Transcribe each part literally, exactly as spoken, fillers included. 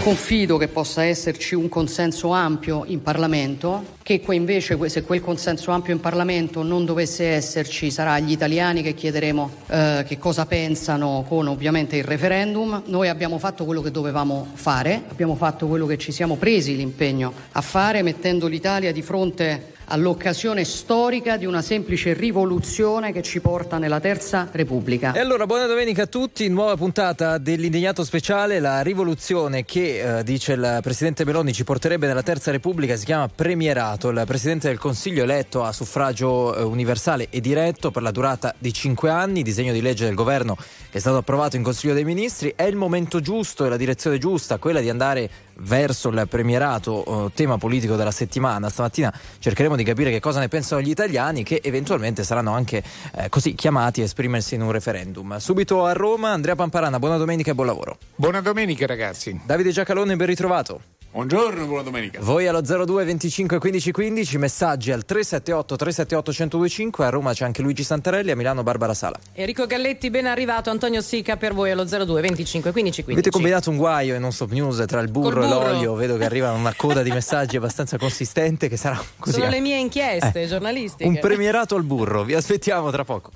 Confido che possa esserci un consenso ampio in Parlamento, che invece se quel consenso ampio in Parlamento non dovesse esserci sarà agli italiani che chiederemo eh, che cosa pensano con ovviamente il referendum. Noi abbiamo fatto quello che dovevamo fare, abbiamo fatto quello che ci siamo presi l'impegno a fare, mettendo l'Italia di fronte all'occasione storica di una semplice rivoluzione che ci porta nella Terza Repubblica. E allora buona domenica a tutti, nuova puntata dell'Indignato Speciale. La rivoluzione che eh, dice il Presidente Meloni ci porterebbe nella Terza Repubblica si chiama premierato. Il Presidente del Consiglio eletto a suffragio eh, universale e diretto per la durata di cinque anni, disegno di legge del governo che è stato approvato in Consiglio dei Ministri. È il momento giusto e la direzione giusta, quella di andare verso il premierato, eh, tema politico della settimana. Stamattina cercheremo di capire che cosa ne pensano gli italiani, che eventualmente saranno anche eh, così chiamati a esprimersi in un referendum. Subito a Roma, Andrea Pamparana, buona domenica e buon lavoro. Buona domenica ragazzi. Davide Giacalone, ben ritrovato. Buongiorno, buona domenica. Voi allo zero due venticinque quindici quindici, messaggi al tre sette otto tre sette otto uno zero due cinque. A Roma c'è anche Luigi Santarelli, a Milano Barbara Sala. Enrico Galletti, ben arrivato. Antonio Sica per voi allo zero due venticinque quindici quindici. Avete combinato un guaio in Non Stop News tra il burro, burro. e l'olio. Vedo che arriva una coda di messaggi abbastanza consistente che sarà così. Sono le mie inchieste eh. giornalistiche. Un premierato al burro, vi aspettiamo tra poco.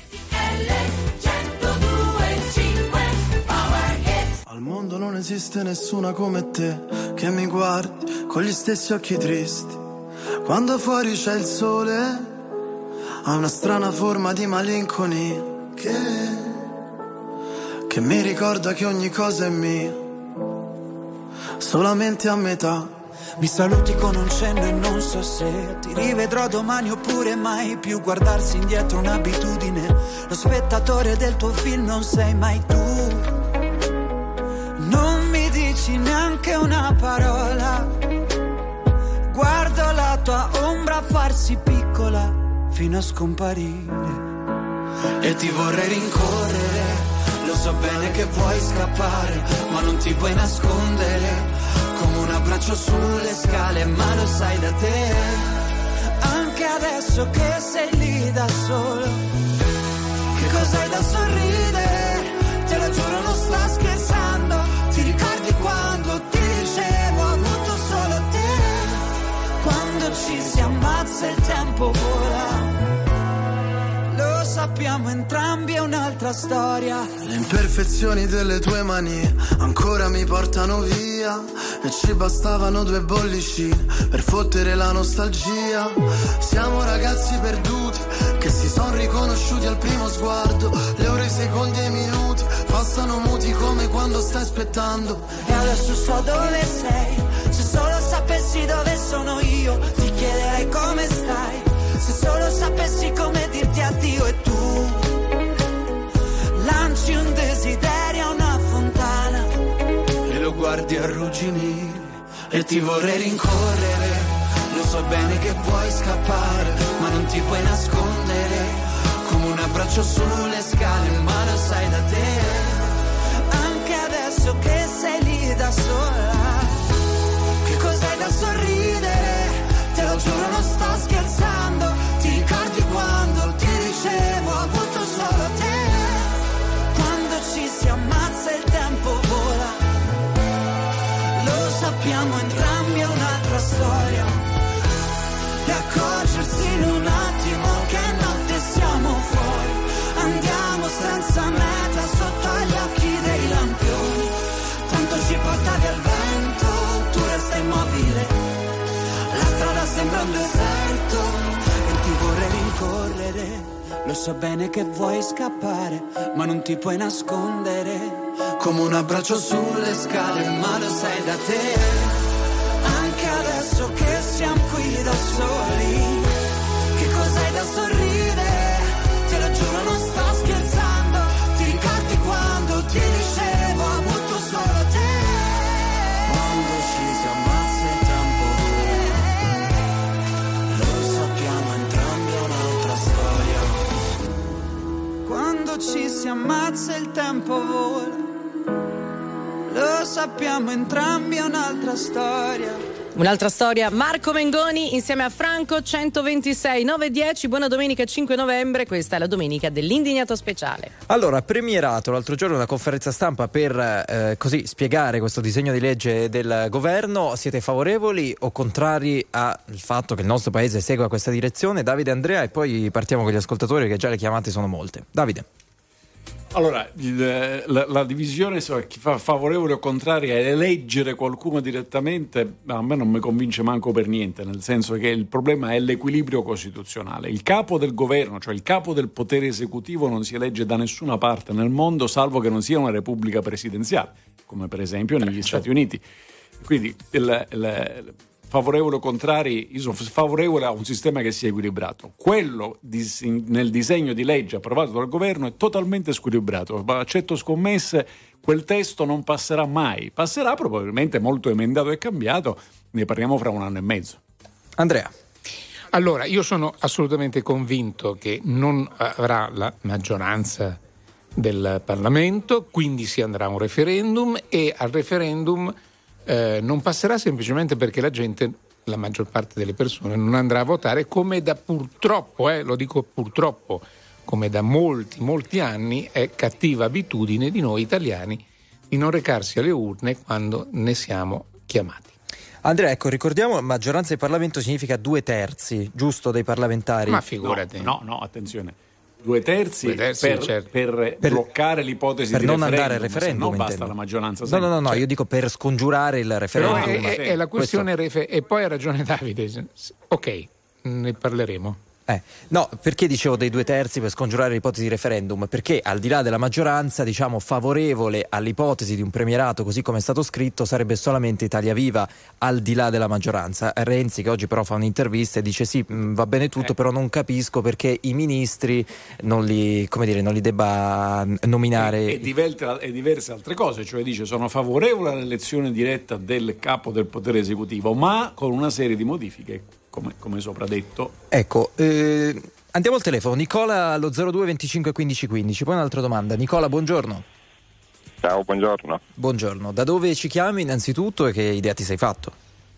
Al mondo non esiste nessuna come te che mi guardi con gli stessi occhi tristi. Quando fuori c'è il sole ha una strana forma di malinconia che, che mi ricorda che ogni cosa è mia, solamente a metà. Mi saluti con un cenno e non so se ti rivedrò domani oppure mai più. Guardarsi indietro un'abitudine, lo spettatore del tuo film non sei mai tu. Non mi dici neanche una parola, guardo la tua ombra farsi piccola fino a scomparire. E ti vorrei rincorrere, lo so bene che vuoi scappare, ma non ti puoi nascondere, come un abbraccio sulle scale, ma lo sai da te. Anche adesso che sei lì da solo, che cos'hai da sorridere? Te lo giuro non sto scherzando. Ti ricordi quando ti dicevo ho avuto solo te? Quando ci si ammazza il tempo vola, lo sappiamo entrambi, è un'altra storia. Le imperfezioni delle tue manie ancora mi portano via, e ci bastavano due bollicine per fottere la nostalgia. Siamo ragazzi perduti che si son riconosciuti al primo sguardo. Le ore, i secondi e i minuti passano muti come quando stai aspettando. E adesso so dove sei, se solo sapessi dove sono io ti chiederei come stai. Se solo sapessi come dirti addio e tu lanci un desiderio a una fontana e lo guardi arrugginire. E ti vorrei rincorrere, lo so bene che vuoi scappare, ma non ti puoi nascondere, come un abbraccio sulle scale, ma lo sai da te. Anche adesso che sei lì da sola, che cos'hai da sorridere? Te lo giuro non sto scherzando. Ti ricordi quando ti dicevo ho avuto solo te? Quando ci si ammazza il tempo vola, lo sappiamo entrambi, è un'altra storia. E accorgersi in un attimo che notte siamo fuori, andiamo senza meta sotto agli occhi dei lampioni. Tanto ci portavi al vento, tu resta immobile, la strada sembra un deserto e ti vorrei rincorrere. Lo so bene che vuoi scappare, ma non ti puoi nascondere, come un abbraccio sulle scale, ma lo sai da te. Anche adesso che siamo qui da soli, che cos'hai da sorridere? Te lo giuro non sto scherzando. Ti ricordi quando ti dicevo ho avuto solo te? Quando ci si ammazza il tempo vola, lo sappiamo entrambi, è un'altra storia. Quando ci si ammazza il tempo vola, lo sappiamo entrambi, è un'altra storia. Un'altra storia, Marco Mengoni insieme a Franco, centoventisei nove dieci. Buona domenica cinque novembre, questa è la domenica dell'indignato speciale. Allora, premierato l'altro giorno una conferenza stampa per eh, così spiegare questo disegno di legge del governo. Siete favorevoli o contrari al fatto che il nostro paese segua questa direzione? Davide, Andrea, e poi partiamo con gli ascoltatori, che già le chiamate sono molte. Davide. Allora, il, la, la divisione su chi fa favorevole o contraria e eleggere qualcuno direttamente a me non mi convince manco per niente, nel senso che il problema è l'equilibrio costituzionale. Il capo del governo, cioè il capo del potere esecutivo, non si elegge da nessuna parte nel mondo, salvo che non sia una repubblica presidenziale, come per esempio negli Stati Uniti. Quindi il, il favorevole o contrari, io sono favorevole a un sistema che sia equilibrato. Quello dis- nel disegno di legge approvato dal governo è totalmente squilibrato. Accetto scommesse, quel testo non passerà mai. Passerà probabilmente molto emendato e cambiato, ne parliamo fra un anno e mezzo. Andrea. Allora, io sono assolutamente convinto che non avrà la maggioranza del Parlamento, quindi si andrà a un referendum, e al referendum Eh, non passerà semplicemente perché la gente, la maggior parte delle persone, non andrà a votare, come da purtroppo, eh, lo dico purtroppo, come da molti, molti anni è cattiva abitudine di noi italiani di non recarsi alle urne quando ne siamo chiamati. Andrea, ecco, ricordiamo, maggioranza del Parlamento significa due terzi, giusto, dei parlamentari? Ma figurati. No, no, no, attenzione. Due terzi, Due terzi per, certo. per, per bloccare l'ipotesi per di non referendum, andare al referendum, non basta intendo. la maggioranza. No, no, no, no, cioè, io dico per scongiurare il referendum. Però è, è, è la questione Questo. refe- e poi ha ragione Davide. Ok, ne parleremo. Eh, no, perché dicevo dei due terzi per scongiurare l'ipotesi di referendum? Perché al di là della maggioranza, diciamo, favorevole all'ipotesi di un premierato così come è stato scritto sarebbe solamente Italia Viva, al di là della maggioranza. Renzi, che oggi però fa un'intervista e dice sì, mh, va bene tutto, eh. però non capisco perché i ministri non li, come dire, non li debba nominare. E, e, diverse, e diverse altre cose, cioè dice sono favorevole all'elezione diretta del capo del potere esecutivo, ma con una serie di modifiche. Come, come sopra detto. Ecco, eh, andiamo al telefono. Nicola allo zero due venticinque quindici quindici. Poi un'altra domanda. Nicola, buongiorno. Ciao, buongiorno. Buongiorno. Da dove ci chiami innanzitutto e che idea ti sei fatto?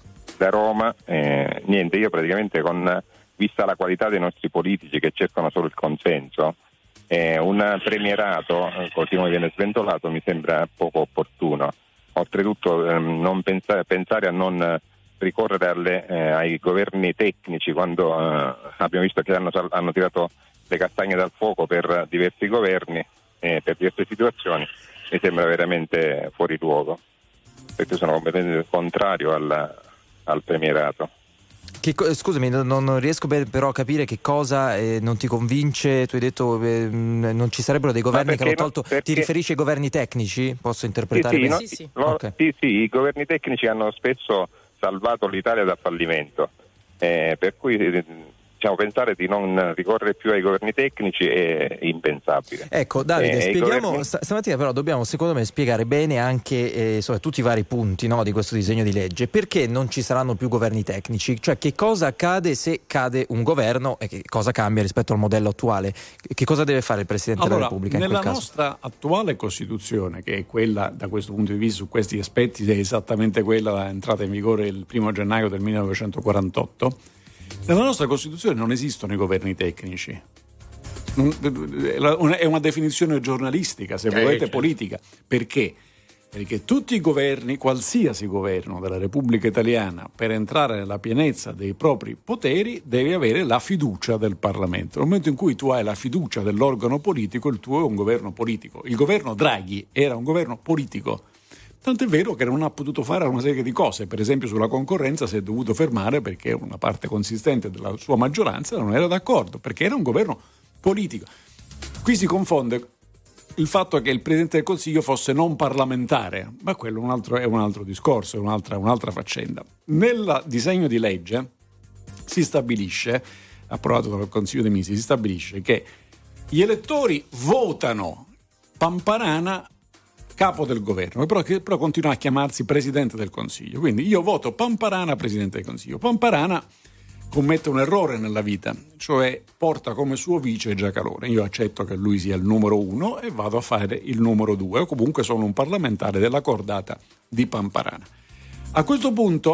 Da Roma. Eh, niente, io praticamente, con vista la qualità dei nostri politici che cercano solo il consenso, eh, un premierato, eh, così come viene sventolato, mi sembra poco opportuno. Oltretutto eh, non pensa- pensare a non ricorrere alle, eh, ai governi tecnici quando eh, abbiamo visto che hanno, hanno tirato le castagne dal fuoco per diversi governi, eh, per diverse situazioni, mi sembra veramente fuori luogo, perché sono completamente contrario al, al premierato. Che, scusami, non, non riesco però a capire che cosa eh, non ti convince. Tu hai detto eh, non ci sarebbero dei governi che hanno tolto. No, perché... Ti riferisci ai governi tecnici? Posso interpretare? Sì, sì, bene? no, sì, sì. No, okay. sì, sì, i governi tecnici hanno spesso salvato l'Italia dal fallimento, eh, per cui diciamo, pensare di non ricorrere più ai governi tecnici è impensabile. Ecco, Davide, eh, spieghiamo governi... stamattina però dobbiamo secondo me spiegare bene anche eh, insomma, tutti i vari punti, no, di questo disegno di legge. Perché non ci saranno più governi tecnici? Cioè, che cosa accade se cade un governo e che cosa cambia rispetto al modello attuale? Che cosa deve fare il Presidente allora, della Repubblica in nella quel caso? nostra attuale Costituzione, che è quella da questo punto di vista su questi aspetti è esattamente quella entrata in vigore il primo gennaio del millenovecentoquarantotto, nella nostra Costituzione non esistono i governi tecnici. È una definizione giornalistica, se volete, certo. Politica. Perché? Perché tutti i governi, qualsiasi governo della Repubblica Italiana, per entrare nella pienezza dei propri poteri, deve avere la fiducia del Parlamento. Nel momento in cui tu hai la fiducia dell'organo politico, il tuo è un governo politico. Il governo Draghi era un governo politico. Tant'è vero che non ha potuto fare una serie di cose, per esempio sulla concorrenza si è dovuto fermare perché una parte consistente della sua maggioranza non era d'accordo, perché era un governo politico. Qui si confonde il fatto che il Presidente del Consiglio fosse non parlamentare, ma quello è un altro, è un altro discorso, è un'altra, un'altra faccenda. Nel disegno di legge si stabilisce, approvato dal Consiglio dei Ministri, si stabilisce che gli elettori votano Pamparana capo del governo, però, che, però continua a chiamarsi Presidente del Consiglio. Quindi io voto Pamparana Presidente del Consiglio. Pamparana commette un errore nella vita, cioè porta come suo vice Giacalone. Io accetto che lui sia il numero uno e vado a fare il numero due, o comunque sono un parlamentare della cordata di Pamparana. A questo punto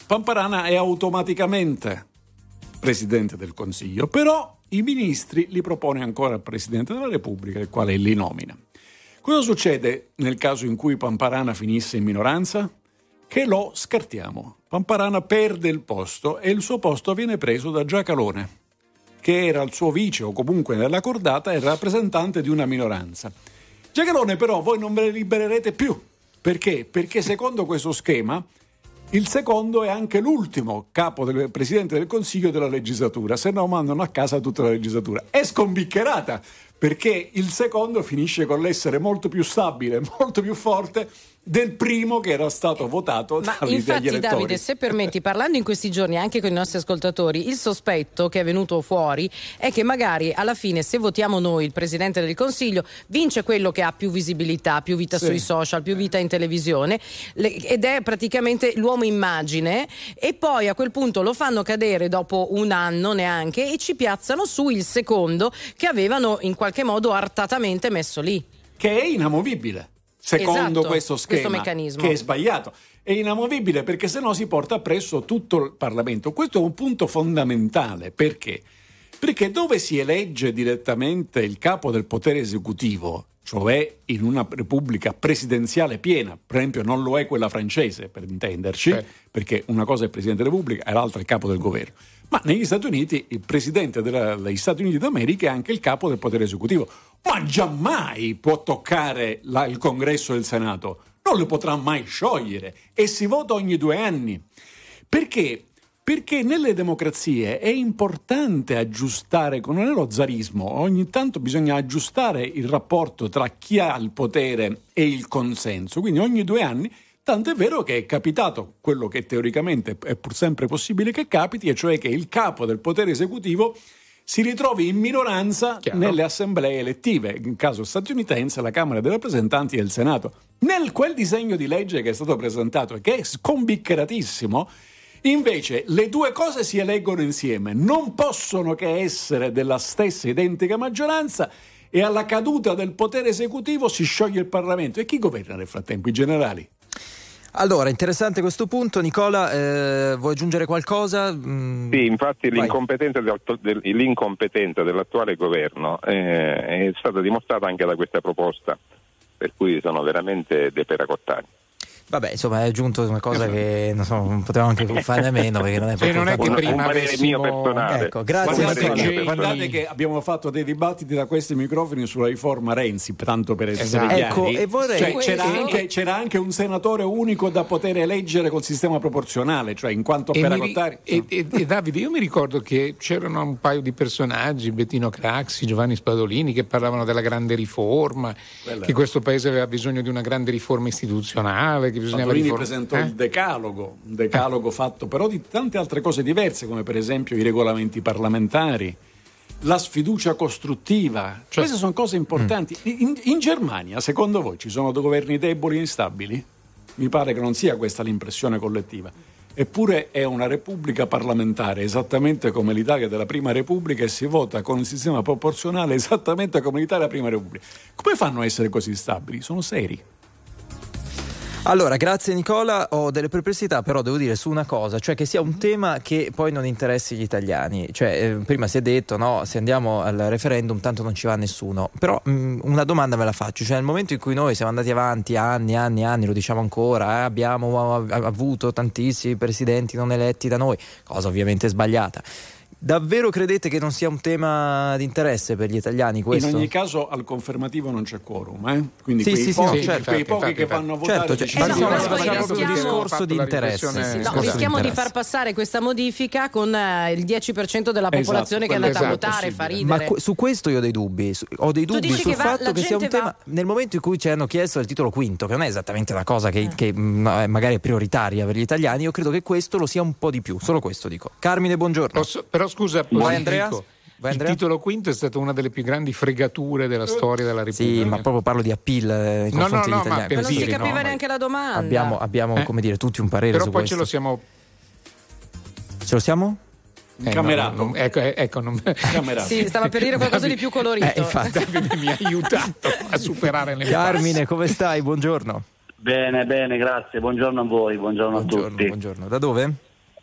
Pamparana è automaticamente Presidente del Consiglio, però i ministri li propone ancora il Presidente della Repubblica, il quale li nomina. Cosa succede nel caso in cui Pamparana finisse in minoranza? Che lo scartiamo. Pamparana perde il posto e il suo posto viene preso da Giacalone, che era il suo vice o comunque nella cordata il rappresentante di una minoranza. Giacalone però voi non ve ne libererete più. Perché? Perché secondo questo schema il secondo è anche l'ultimo capo del Presidente del Consiglio della legislatura, se no mandano a casa tutta la legislatura. È scombiccherata, perché il secondo finisce con l'essere molto più stabile, molto più forte del primo che era stato votato Ma dagli infatti elettori. Davide, se permetti, parlando in questi giorni anche con i nostri ascoltatori, il sospetto che è venuto fuori è che magari alla fine, se votiamo noi il Presidente del Consiglio, vince quello che ha più visibilità, più vita sì. sui social, più vita in televisione, le, ed è praticamente l'uomo immagine, e poi a quel punto lo fanno cadere dopo un anno neanche e ci piazzano su il secondo che avevano in qualche modo artatamente messo lì. Che è inamovibile. Secondo esatto, questo schema, questo meccanismo. Che è sbagliato, è inamovibile perché sennò si porta appresso tutto il Parlamento. Questo è un punto fondamentale. Perché? Perché dove si elegge direttamente il capo del potere esecutivo, cioè in una repubblica presidenziale piena, per esempio non lo è quella francese, per intenderci, eh. perché una cosa è il Presidente della Repubblica e l'altra è il capo del governo. Ma negli Stati Uniti il Presidente della, degli Stati Uniti d'America è anche il capo del potere esecutivo. Ma giammai può toccare la, il Congresso e il Senato, non lo potrà mai sciogliere e si vota ogni due anni. Perché? Perché nelle democrazie è importante aggiustare, non è lo zarismo, ogni tanto bisogna aggiustare il rapporto tra chi ha il potere e il consenso, quindi ogni due anni. Tanto è vero che è capitato quello che teoricamente è pur sempre possibile che capiti, e cioè che il capo del potere esecutivo si ritrovi in minoranza Chiaro. nelle assemblee elettive, in caso statunitense la Camera dei rappresentanti e il Senato. Nel quel disegno di legge che è stato presentato e che è scombiccheratissimo, invece le due cose si eleggono insieme, non possono che essere della stessa identica maggioranza, e alla caduta del potere esecutivo si scioglie il Parlamento. E chi governa nel frattempo? I generali? Allora, interessante questo punto. Nicola, eh, vuoi aggiungere qualcosa? Mm, sì, infatti l'incompetenza, del, del, l'incompetenza dell'attuale governo eh, è stata dimostrata anche da questa proposta, per cui sono veramente dei peracottari. Vabbè, insomma, è aggiunto una cosa che non so, potevamo anche fare a meno, perché non è proprio non è che un, prima un parere avessimo... mio personale. Ecco, grazie. Guardate, guardate che abbiamo fatto dei dibattiti da questi microfoni sulla riforma Renzi, tanto per essere esatto. chiari. Ecco, e vorrei... cioè, c'era, anche, c'era anche un senatore unico da poter eleggere col sistema proporzionale, cioè in quanto peracottari. E, e, e Davide, io mi ricordo che c'erano un paio di personaggi, Bettino Craxi, Giovanni Spadolini, che parlavano della grande riforma, Quella che questo paese aveva bisogno di una grande riforma istituzionale, che bisognava riformare. Eh? il decalogo, un decalogo fatto però di tante altre cose diverse, come per esempio i regolamenti parlamentari, la sfiducia costruttiva. Cioè, queste sono cose importanti. Mm. In, in Germania, secondo voi, ci sono governi deboli e instabili? Mi pare che non sia questa l'impressione collettiva. Eppure è una repubblica parlamentare, esattamente come l'Italia della Prima Repubblica, e si vota con il sistema proporzionale esattamente come l'Italia della Prima Repubblica. Come fanno a essere così stabili? Sono seri. Allora, grazie Nicola, ho delle perplessità però devo dire su una cosa, cioè che sia un tema che poi non interessi gli italiani, cioè eh, prima si è detto no, se andiamo al referendum tanto non ci va nessuno, però mh, una domanda me la faccio, cioè nel momento in cui noi siamo andati avanti anni, anni, anni, lo diciamo ancora, eh, abbiamo av- avuto tantissimi presidenti non eletti da noi, cosa ovviamente sbagliata. Davvero credete che non sia un tema di interesse per gli italiani questo? In ogni caso al confermativo non c'è quorum, eh? Quindi sì, quei sì, pochi, sì, certo, quei infatti, pochi infatti, che infatti. vanno a votare certo, decidono. cioè, eh, no, no, no, facciamo proprio un discorso di interesse. Sì, sì, no, discorso rischiamo di, di far passare questa modifica con uh, il dieci per cento della popolazione esatto, che è andata esatto, a votare, fa ridere. Ma que- su questo io ho dei dubbi, su- ho dei dubbi sul che fatto va, che sia un tema, va... nel momento in cui ci hanno chiesto il titolo quinto, che non è esattamente una cosa che, che mh, magari è prioritaria per gli italiani, io credo che questo lo sia un po' di più, solo questo dico. Carmine, buongiorno. Posso, però scusa, Vai, Andrea? dico, Vai, il Andrea? titolo quinto è stata una delle più grandi fregature della storia della Repubblica. Sì, ma proprio parlo di appeal eh, nei No, confronti no, no, degli ma italiani. per Ma non si dire, capiva no, neanche la domanda. Abbiamo, abbiamo Eh. come dire, tutti un parere Però su poi questo. ce lo siamo... Ce lo siamo? Eh, Camerato. no, non- ecco, eh, ecco non... Camerato. Sì, stava per dire qualcosa di più colorito. Eh, infatti. Davide mi ha aiutato a superare le Carmine, come stai? Buongiorno. Bene, bene, grazie. Buongiorno a voi, buongiorno, Buongiorno, a tutti. buongiorno. Da dove?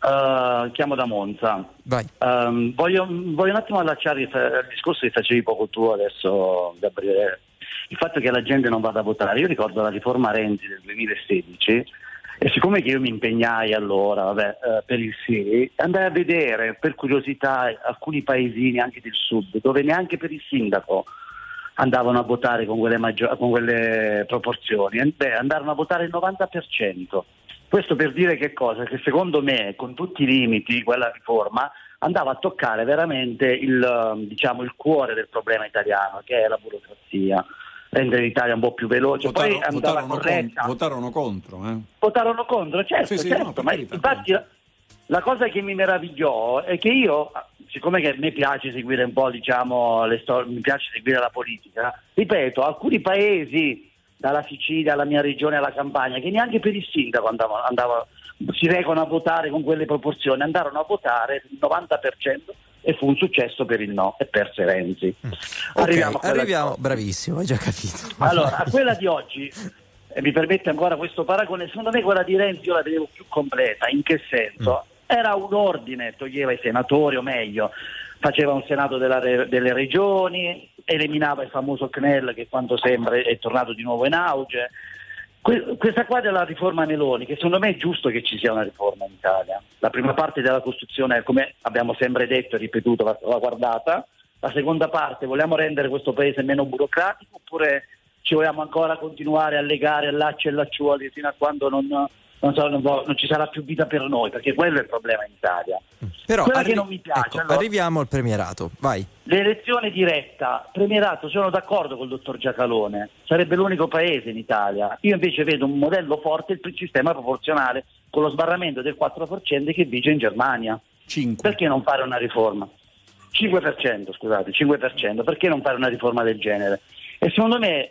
Uh, chiamo da Monza. Vai. Um, voglio, voglio un attimo allacciare il, il discorso che facevi poco tu adesso, Gabriele. Il fatto che la gente non vada a votare. Io ricordo la riforma Renzi del duemilasedici e siccome che io mi impegnai allora vabbè, uh, per il sì, andai a vedere per curiosità alcuni paesini anche del sud dove neanche per il sindaco andavano a votare con quelle, maggior- con quelle proporzioni. E, beh, andarono a votare il novanta per cento. Questo per dire che cosa? Che secondo me, con tutti i limiti, quella riforma andava a toccare veramente il, diciamo, il cuore del problema italiano, che è la burocrazia, rendere l'Italia un po' più veloce. Votarono, Poi andava votarono, corretta. con, votarono contro. Eh. Votarono contro, certo, sì, sì, certo. no, Ma verità, infatti la, la cosa che mi meravigliò è che io, siccome che a me piace seguire un po', diciamo, le stor- mi piace seguire la politica, ripeto, alcuni paesi, dalla Sicilia alla mia regione alla Campania, che neanche per il sindaco andavano, andavano, si recano a votare con quelle proporzioni, andarono a votare il novanta per cento e fu un successo per il no e perse Renzi. Okay, arriviamo, a arriviamo bravissimo, hai già capito. Allora, a quella di oggi, e mi permette ancora questo paragone, secondo me quella di Renzi io la vedevo più completa. In che senso? Mm. Era un ordine, toglieva i senatori, o meglio, faceva un senato della re- delle regioni, eliminava il famoso C N E L che quanto sembra è tornato di nuovo in auge. Que- questa qua della riforma Meloni, che secondo me è giusto che ci sia una riforma in Italia. La prima parte della Costituzione, come abbiamo sempre detto e ripetuto, va, va guardata. La seconda parte, vogliamo rendere questo paese meno burocratico oppure ci vogliamo ancora continuare a legare lacci e lacciuoli fino a quando non... Non, so, non, non ci sarà più vita per noi, perché quello è il problema in Italia. Però Quella arri- che non mi piace, ecco, allora, arriviamo al premierato, vai. l'elezione diretta, premierato, sono d'accordo col dottor Giacalone, sarebbe l'unico paese in Italia. Io invece vedo un modello forte, il sistema proporzionale con lo sbarramento del quattro per cento che vige in Germania. cinque. Perché non fare una riforma? cinque per cento, scusate, cinque per cento, perché non fare una riforma del genere? E secondo me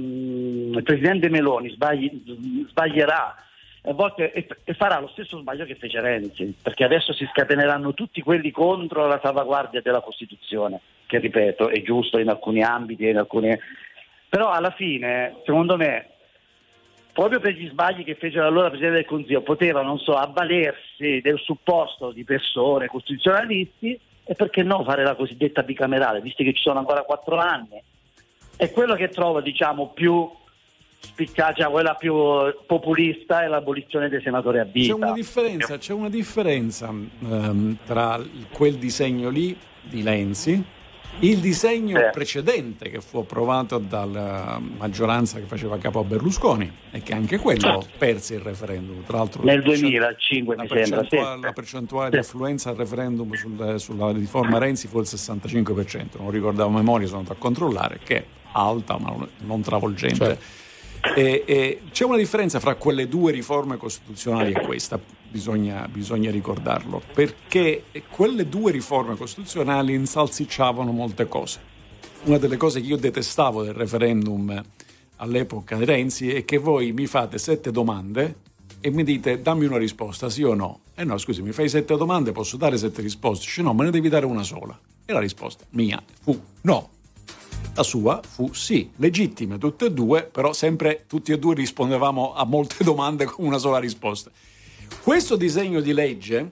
um, il presidente Meloni sbagli, sbaglierà a volte e, e farà lo stesso sbaglio che fece Renzi, perché adesso si scateneranno tutti quelli contro la salvaguardia della Costituzione, che ripeto è giusto in alcuni ambiti, in alcuni... però alla fine secondo me proprio per gli sbagli che fece l'allora Presidente del Consiglio poteva, non so, avvalersi del supporto di persone costituzionalisti e perché no fare la cosiddetta bicamerale, visto che ci sono ancora quattro anni. È quello che trovo, diciamo, più spiccacia, quella più populista è l'abolizione dei senatori a vita. C'è una differenza, c'è una differenza um, tra quel disegno lì di Renzi, il disegno eh. precedente che fu approvato dalla maggioranza che faceva capo a Berlusconi e che anche quello certo. perse il referendum. Tra l'altro nel duemilacinque mi sembra. Percentuale, sì. La percentuale sì. di affluenza al referendum sul, sulla riforma Renzi fu il sessantacinque per cento, non ricordavo a memoria, sono andato a controllare, che è alta ma non travolgente. Certo. E, e c'è una differenza fra quelle due riforme costituzionali e questa, bisogna, bisogna ricordarlo, perché quelle due riforme costituzionali insalsicciavano molte cose. Una delle cose che io detestavo del referendum all'epoca di Renzi è che voi mi fate sette domande e mi dite dammi una risposta, sì o no. E eh no, scusi, mi fai sette domande, posso dare sette risposte? Dice no, me ne devi dare una sola. E la risposta mia fu no. La sua fu sì, legittime tutte e due, però sempre tutti e due rispondevamo a molte domande con una sola risposta. Questo disegno di legge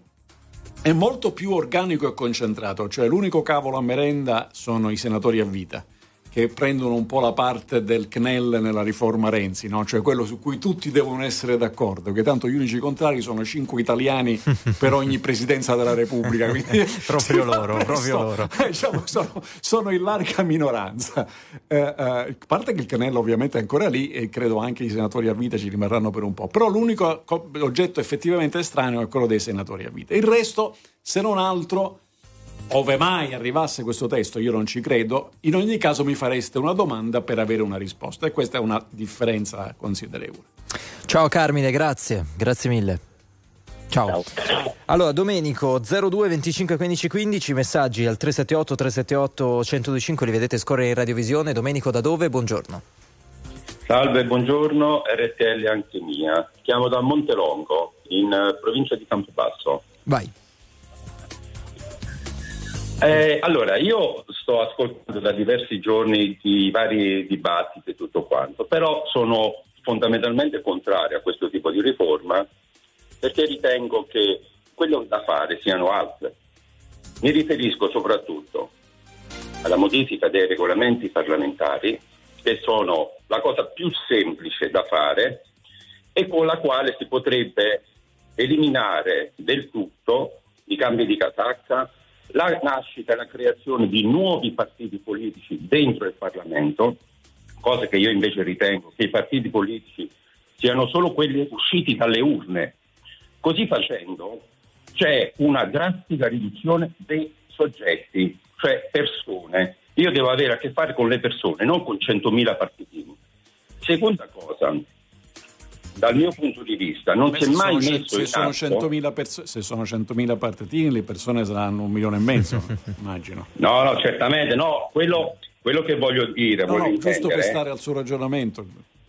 è molto più organico e concentrato, cioè l'unico cavolo a merenda sono i senatori a vita, che prendono un po' la parte del C N E L nella riforma Renzi, no? Cioè quello su cui tutti devono essere d'accordo, che tanto gli unici contrari sono cinque italiani per ogni presidenza della Repubblica. Quindi proprio loro, presto, proprio loro. Eh, diciamo, sono, sono in larga minoranza. Eh, eh, a parte che il C N E L ovviamente è ancora lì e credo anche i senatori a vita ci rimarranno per un po', però l'unico co- oggetto effettivamente estraneo è quello dei senatori a vita. Il resto, se non altro, ove mai arrivasse questo testo, io non ci credo, in ogni caso mi fareste una domanda per avere una risposta e questa è una differenza considerevole. Ciao Carmine, grazie, grazie mille. Ciao. Ciao. Allora, Domenico, zero due venticinque quindici quindici, messaggi al tre sette otto tre sette otto uno zero due cinque, li vedete scorrere in radiovisione. Domenico, da dove? Buongiorno. Salve, buongiorno, R T L anche mia. Chiamo da Montelongo, in uh, provincia di Campobasso. Vai. Eh, allora, io sto ascoltando da diversi giorni i vari dibattiti e tutto quanto, però sono fondamentalmente contrario a questo tipo di riforma perché ritengo che quello da fare siano altre. Mi riferisco soprattutto alla modifica dei regolamenti parlamentari, che sono la cosa più semplice da fare e con la quale si potrebbe eliminare del tutto i cambi di casacca, la nascita e la creazione di nuovi partiti politici dentro il Parlamento, cosa che io invece ritengo che i partiti politici siano solo quelli usciti dalle urne. Così facendo c'è una drastica riduzione dei soggetti, cioè persone. Io devo avere a che fare con le persone, non con centomila partitini. Seconda cosa, dal mio punto di vista non si è mai messo in atto. centomila perso- se sono centomila partitini, le persone saranno un milione e mezzo, immagino. No, no, certamente no. Quello, quello che voglio dire, no, voglio no, intendere, giusto per stare al suo ragionamento.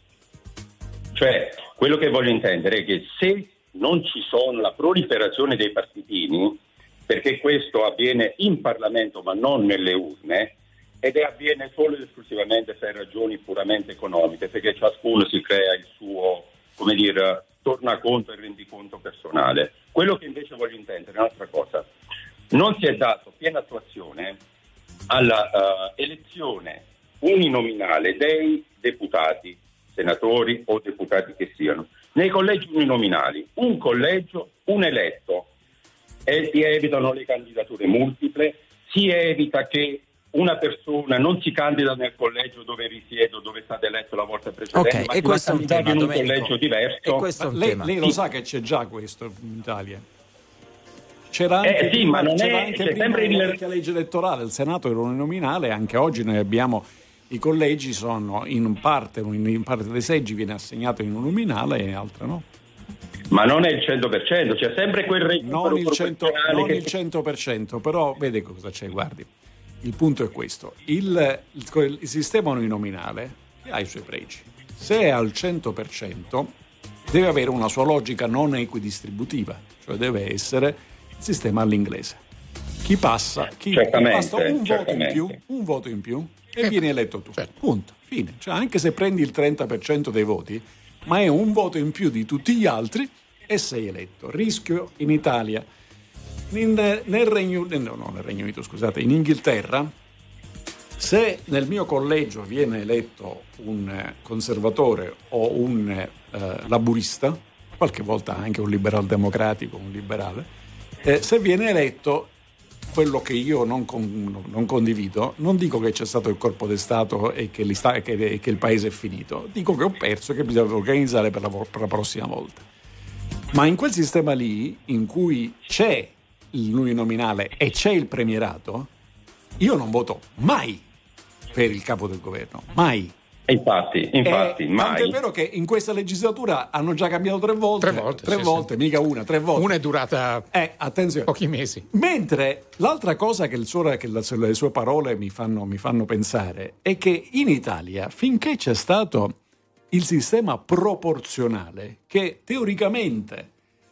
Cioè, quello che voglio intendere è che se non ci sono la proliferazione dei partitini, perché questo avviene in Parlamento ma non nelle urne, ed è avviene solo ed esclusivamente per ragioni puramente economiche, perché ciascuno si crea il suo, come dire, tornaconto e rendiconto personale. Quello che invece voglio intendere è un'altra cosa. Non si è dato piena attuazione alla uh, elezione uninominale dei deputati, senatori o deputati che siano, nei collegi uninominali. Un collegio, un eletto. E si evitano le candidature multiple, si evita che una persona non si candida nel collegio dove risiedo, dove è stato eletto la volta precedente, okay, ma e si questo va candidato in un Domenico. collegio diverso. E questo è un lei, tema. lei lo sa che c'è già questo in Italia. C'era anche, Eh, sì, prima, ma non c'era è- anche c'è prima sempre il- la vecchia legge elettorale, il Senato era uninominale, anche oggi noi abbiamo i collegi sono in parte, in parte dei seggi viene assegnato in uninominale e in altre no. Ma non è il cento per cento, c'è sempre quel recupero Non il, cento, proporzionale non che il cento per cento, però vede cosa c'è, guardi. Il punto è questo, il, il, il sistema uninominale che ha i suoi pregi. Se è al cento per cento deve avere una sua logica non equidistributiva, cioè deve essere il sistema all'inglese. Chi passa, chi, chi basta un voto in più, un voto in più e vieni eletto tu. Certo. Punto, fine. Cioè, anche se prendi il trenta per cento dei voti, ma è un voto in più di tutti gli altri e sei eletto. Rischio in Italia, in, nel Regno no, no, nel Regno Unito, scusate, in Inghilterra, se nel mio collegio viene eletto un conservatore o un eh, laburista, qualche volta anche un liberal democratico, un liberale, eh, se viene eletto quello che io non, con, non condivido, non dico che c'è stato il colpo di Stato e che, sta, che, che il paese è finito, dico che ho perso e che bisogna organizzare per la, per la prossima volta. Ma in quel sistema lì, in cui c'è l'uninominale e c'è il premierato, io non voto mai per il capo del governo, mai. Infatti, infatti, eh, mai. Tanto è vero che in questa legislatura hanno già cambiato tre volte. Tre volte, tre sì, volte sì. mica una, tre volte. Una è durata eh, attenzione. pochi mesi. Mentre l'altra cosa che, il suo, che le sue parole mi fanno, mi fanno pensare è che in Italia, finché c'è stato il sistema proporzionale, che teoricamente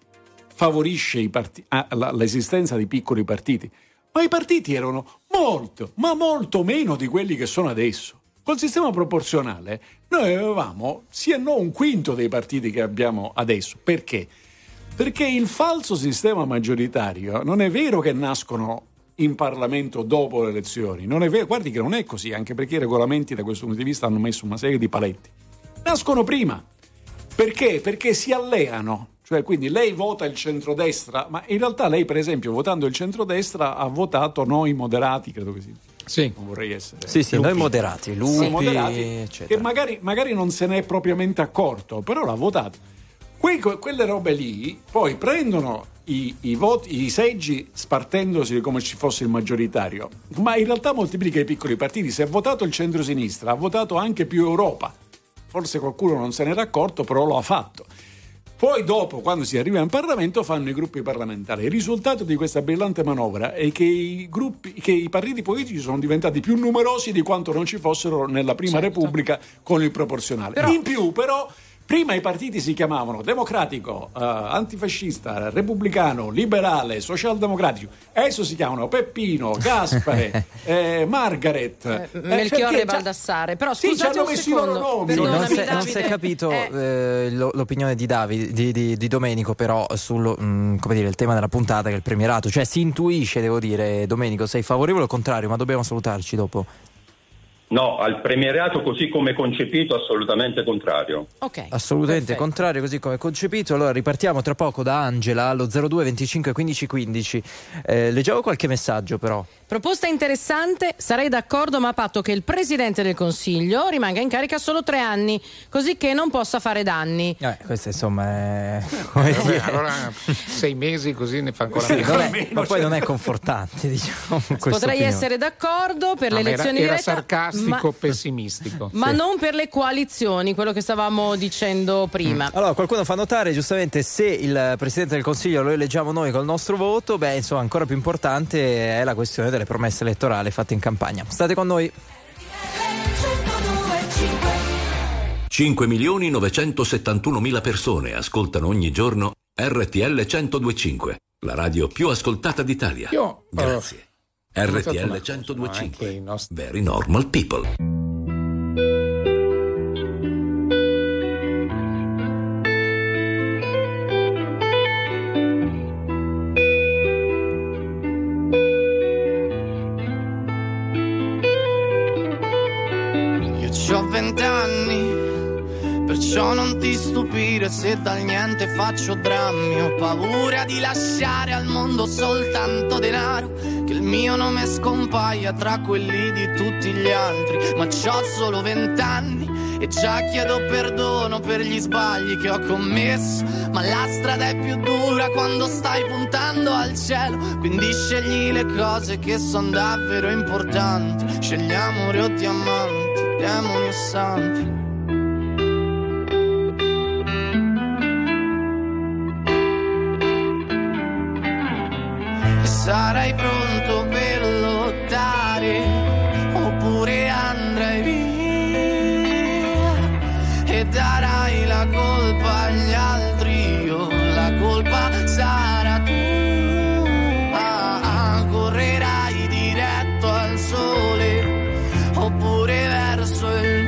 favorisce i part- l'esistenza di piccoli partiti, ma i partiti erano molto, ma molto meno di quelli che sono adesso. Col sistema proporzionale noi avevamo sì e no un quinto dei partiti che abbiamo adesso. Perché? Perché il falso sistema maggioritario non è vero che nascono in Parlamento dopo le elezioni, non è vero, guardi che non è così, anche perché i regolamenti da questo punto di vista hanno messo una serie di paletti. Nascono prima. Perché? Perché si alleano. Cioè, quindi lei vota il centrodestra, ma in realtà lei, per esempio, votando il centrodestra ha votato noi moderati, credo che sia. Sì. Non vorrei essere. Sì, sì, lupi. noi moderati, lupi, Noi moderati, eccetera. che magari, magari non se ne è propriamente accorto, però l'ha votato. Que- quelle robe lì poi prendono i, i voti, i seggi spartendosi come ci fosse il maggioritario, ma in realtà moltiplica i piccoli partiti. Se ha votato il centrosinistra, ha votato anche più Europa. Forse qualcuno non se n'era accorto, però lo ha fatto. Poi dopo, quando si arriva in Parlamento, fanno i gruppi parlamentari. Il risultato di questa brillante manovra è che i gruppi, che i partiti politici sono diventati più numerosi di quanto non ci fossero nella Prima Certo. Repubblica con il proporzionale. Però- in più, però, Prima i partiti si chiamavano democratico, uh, antifascista, repubblicano, liberale, socialdemocratico. Adesso si chiamano Peppino, Gaspare, eh, Margaret, eh, Melchiorre e Baldassare. Però scusate, sì, ci hanno messo i loro nomi. Sì, non, si, non si è capito eh. Eh, l'opinione di Davide, di, di, di Domenico, però sul mh, come dire, il tema della puntata, che è il premierato. Cioè si intuisce, devo dire, Domenico, sei favorevole o contrario? Ma dobbiamo salutarci dopo. No, al premierato così come concepito assolutamente contrario. Ok. Assolutamente perfetto. Contrario così come concepito. Allora ripartiamo tra poco da Angela allo zero due venticinque quindici quindici. Eh, leggevo qualche messaggio però. Proposta interessante, sarei d'accordo, ma a patto che il Presidente del Consiglio rimanga in carica solo tre anni, così che non possa fare danni. Eh, questo insomma è... Come eh, dire... Allora sei mesi così ne fa ancora sì, meno. È, ma poi non è confortante, diciamo. Potrei opinione. essere d'accordo per no, le elezioni era, era diretta, sarcastico, ma... pessimistico. Ma sì. non per le coalizioni, quello che stavamo dicendo prima. Mm. Allora, qualcuno fa notare giustamente se il Presidente del Consiglio lo eleggiamo noi col nostro voto, beh, insomma, ancora più importante è la questione delle promesse elettorali fatte in campagna. State con noi. cinque milioni novecentosettantunomila persone ascoltano ogni giorno R T L centodue e cinque, la radio più ascoltata d'Italia. Io, Grazie. Uh, R T L centodue e cinque. No, nostri... Very normal people. C'ho vent'anni, perciò non ti stupire se dal niente faccio drammi. Ho paura di lasciare al mondo soltanto denaro, che il mio nome scompaia tra quelli di tutti gli altri. Ma c'ho solo vent'anni e già chiedo perdono per gli sbagli che ho commesso. Ma la strada è più dura quando stai puntando al cielo, quindi scegli le cose che sono davvero importanti. Scegli amore o diamanti, demoni o santi. E sarai pronto per lottare, oppure andrai via e darai la colpa agli altri. Io la colpa sarà tua. Correrai diretto al sole, oppure verso il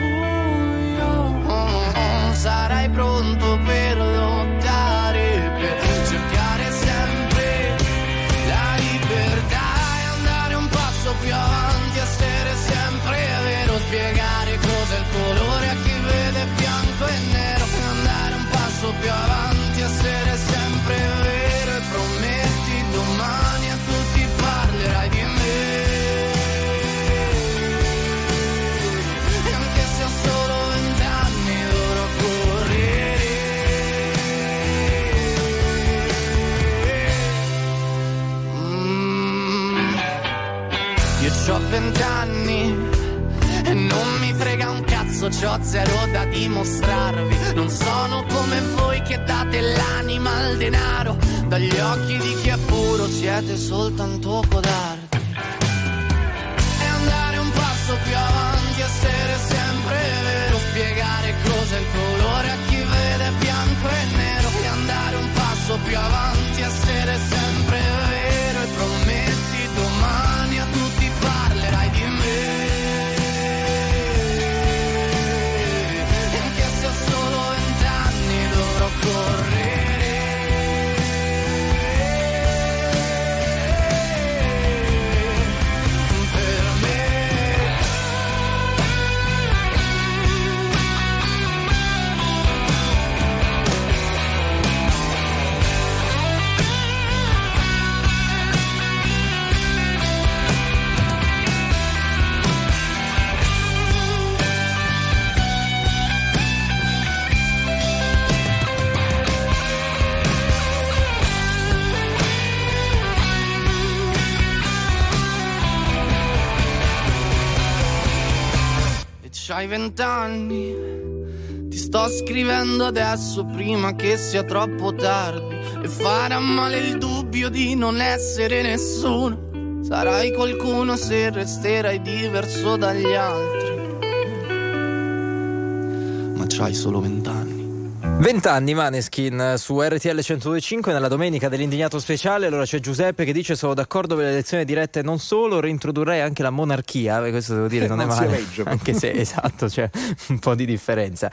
buio. Sarai pronto per lottare, per cercare sempre la libertà e andare un passo più avanti, essere sempre vero, spiegare cos'è il colore a chi vede bianco e nero, e andare un passo più avanti, essere sempre vero, e prometti domani a tutti parlerai di me. Solo vent'anni dovrò correre. Mm. Io c'ho vent'anni e non mi frega un cazzo, c'ho zero da dimostrarvi. Non sono come voi che date l'anima al denaro. Dagli occhi di chi è puro siete soltanto codardi. E andare un passo più avanti, essere sempre vero, spiegare cos'è il colore a chi vede bianco e nero, e andare un passo più avanti, essere sempre vero, e prometti domani a tutti parlerai di me. E anche se ho solo vent'anni dovrò correre. C'hai vent'anni, ti sto scrivendo adesso prima che sia troppo tardi, e farà male il dubbio di non essere nessuno. Sarai qualcuno se resterai diverso dagli altri. Ma c'hai solo vent'anni. Vent'anni Maneskin su R T L centodue e cinque nella domenica dell'indignato speciale. Allora c'è Giuseppe che dice: sono d'accordo per le elezioni dirette, non solo, reintrodurrei anche la monarchia. Questo devo dire non, non è male, legge, anche se esatto c'è un po' di differenza.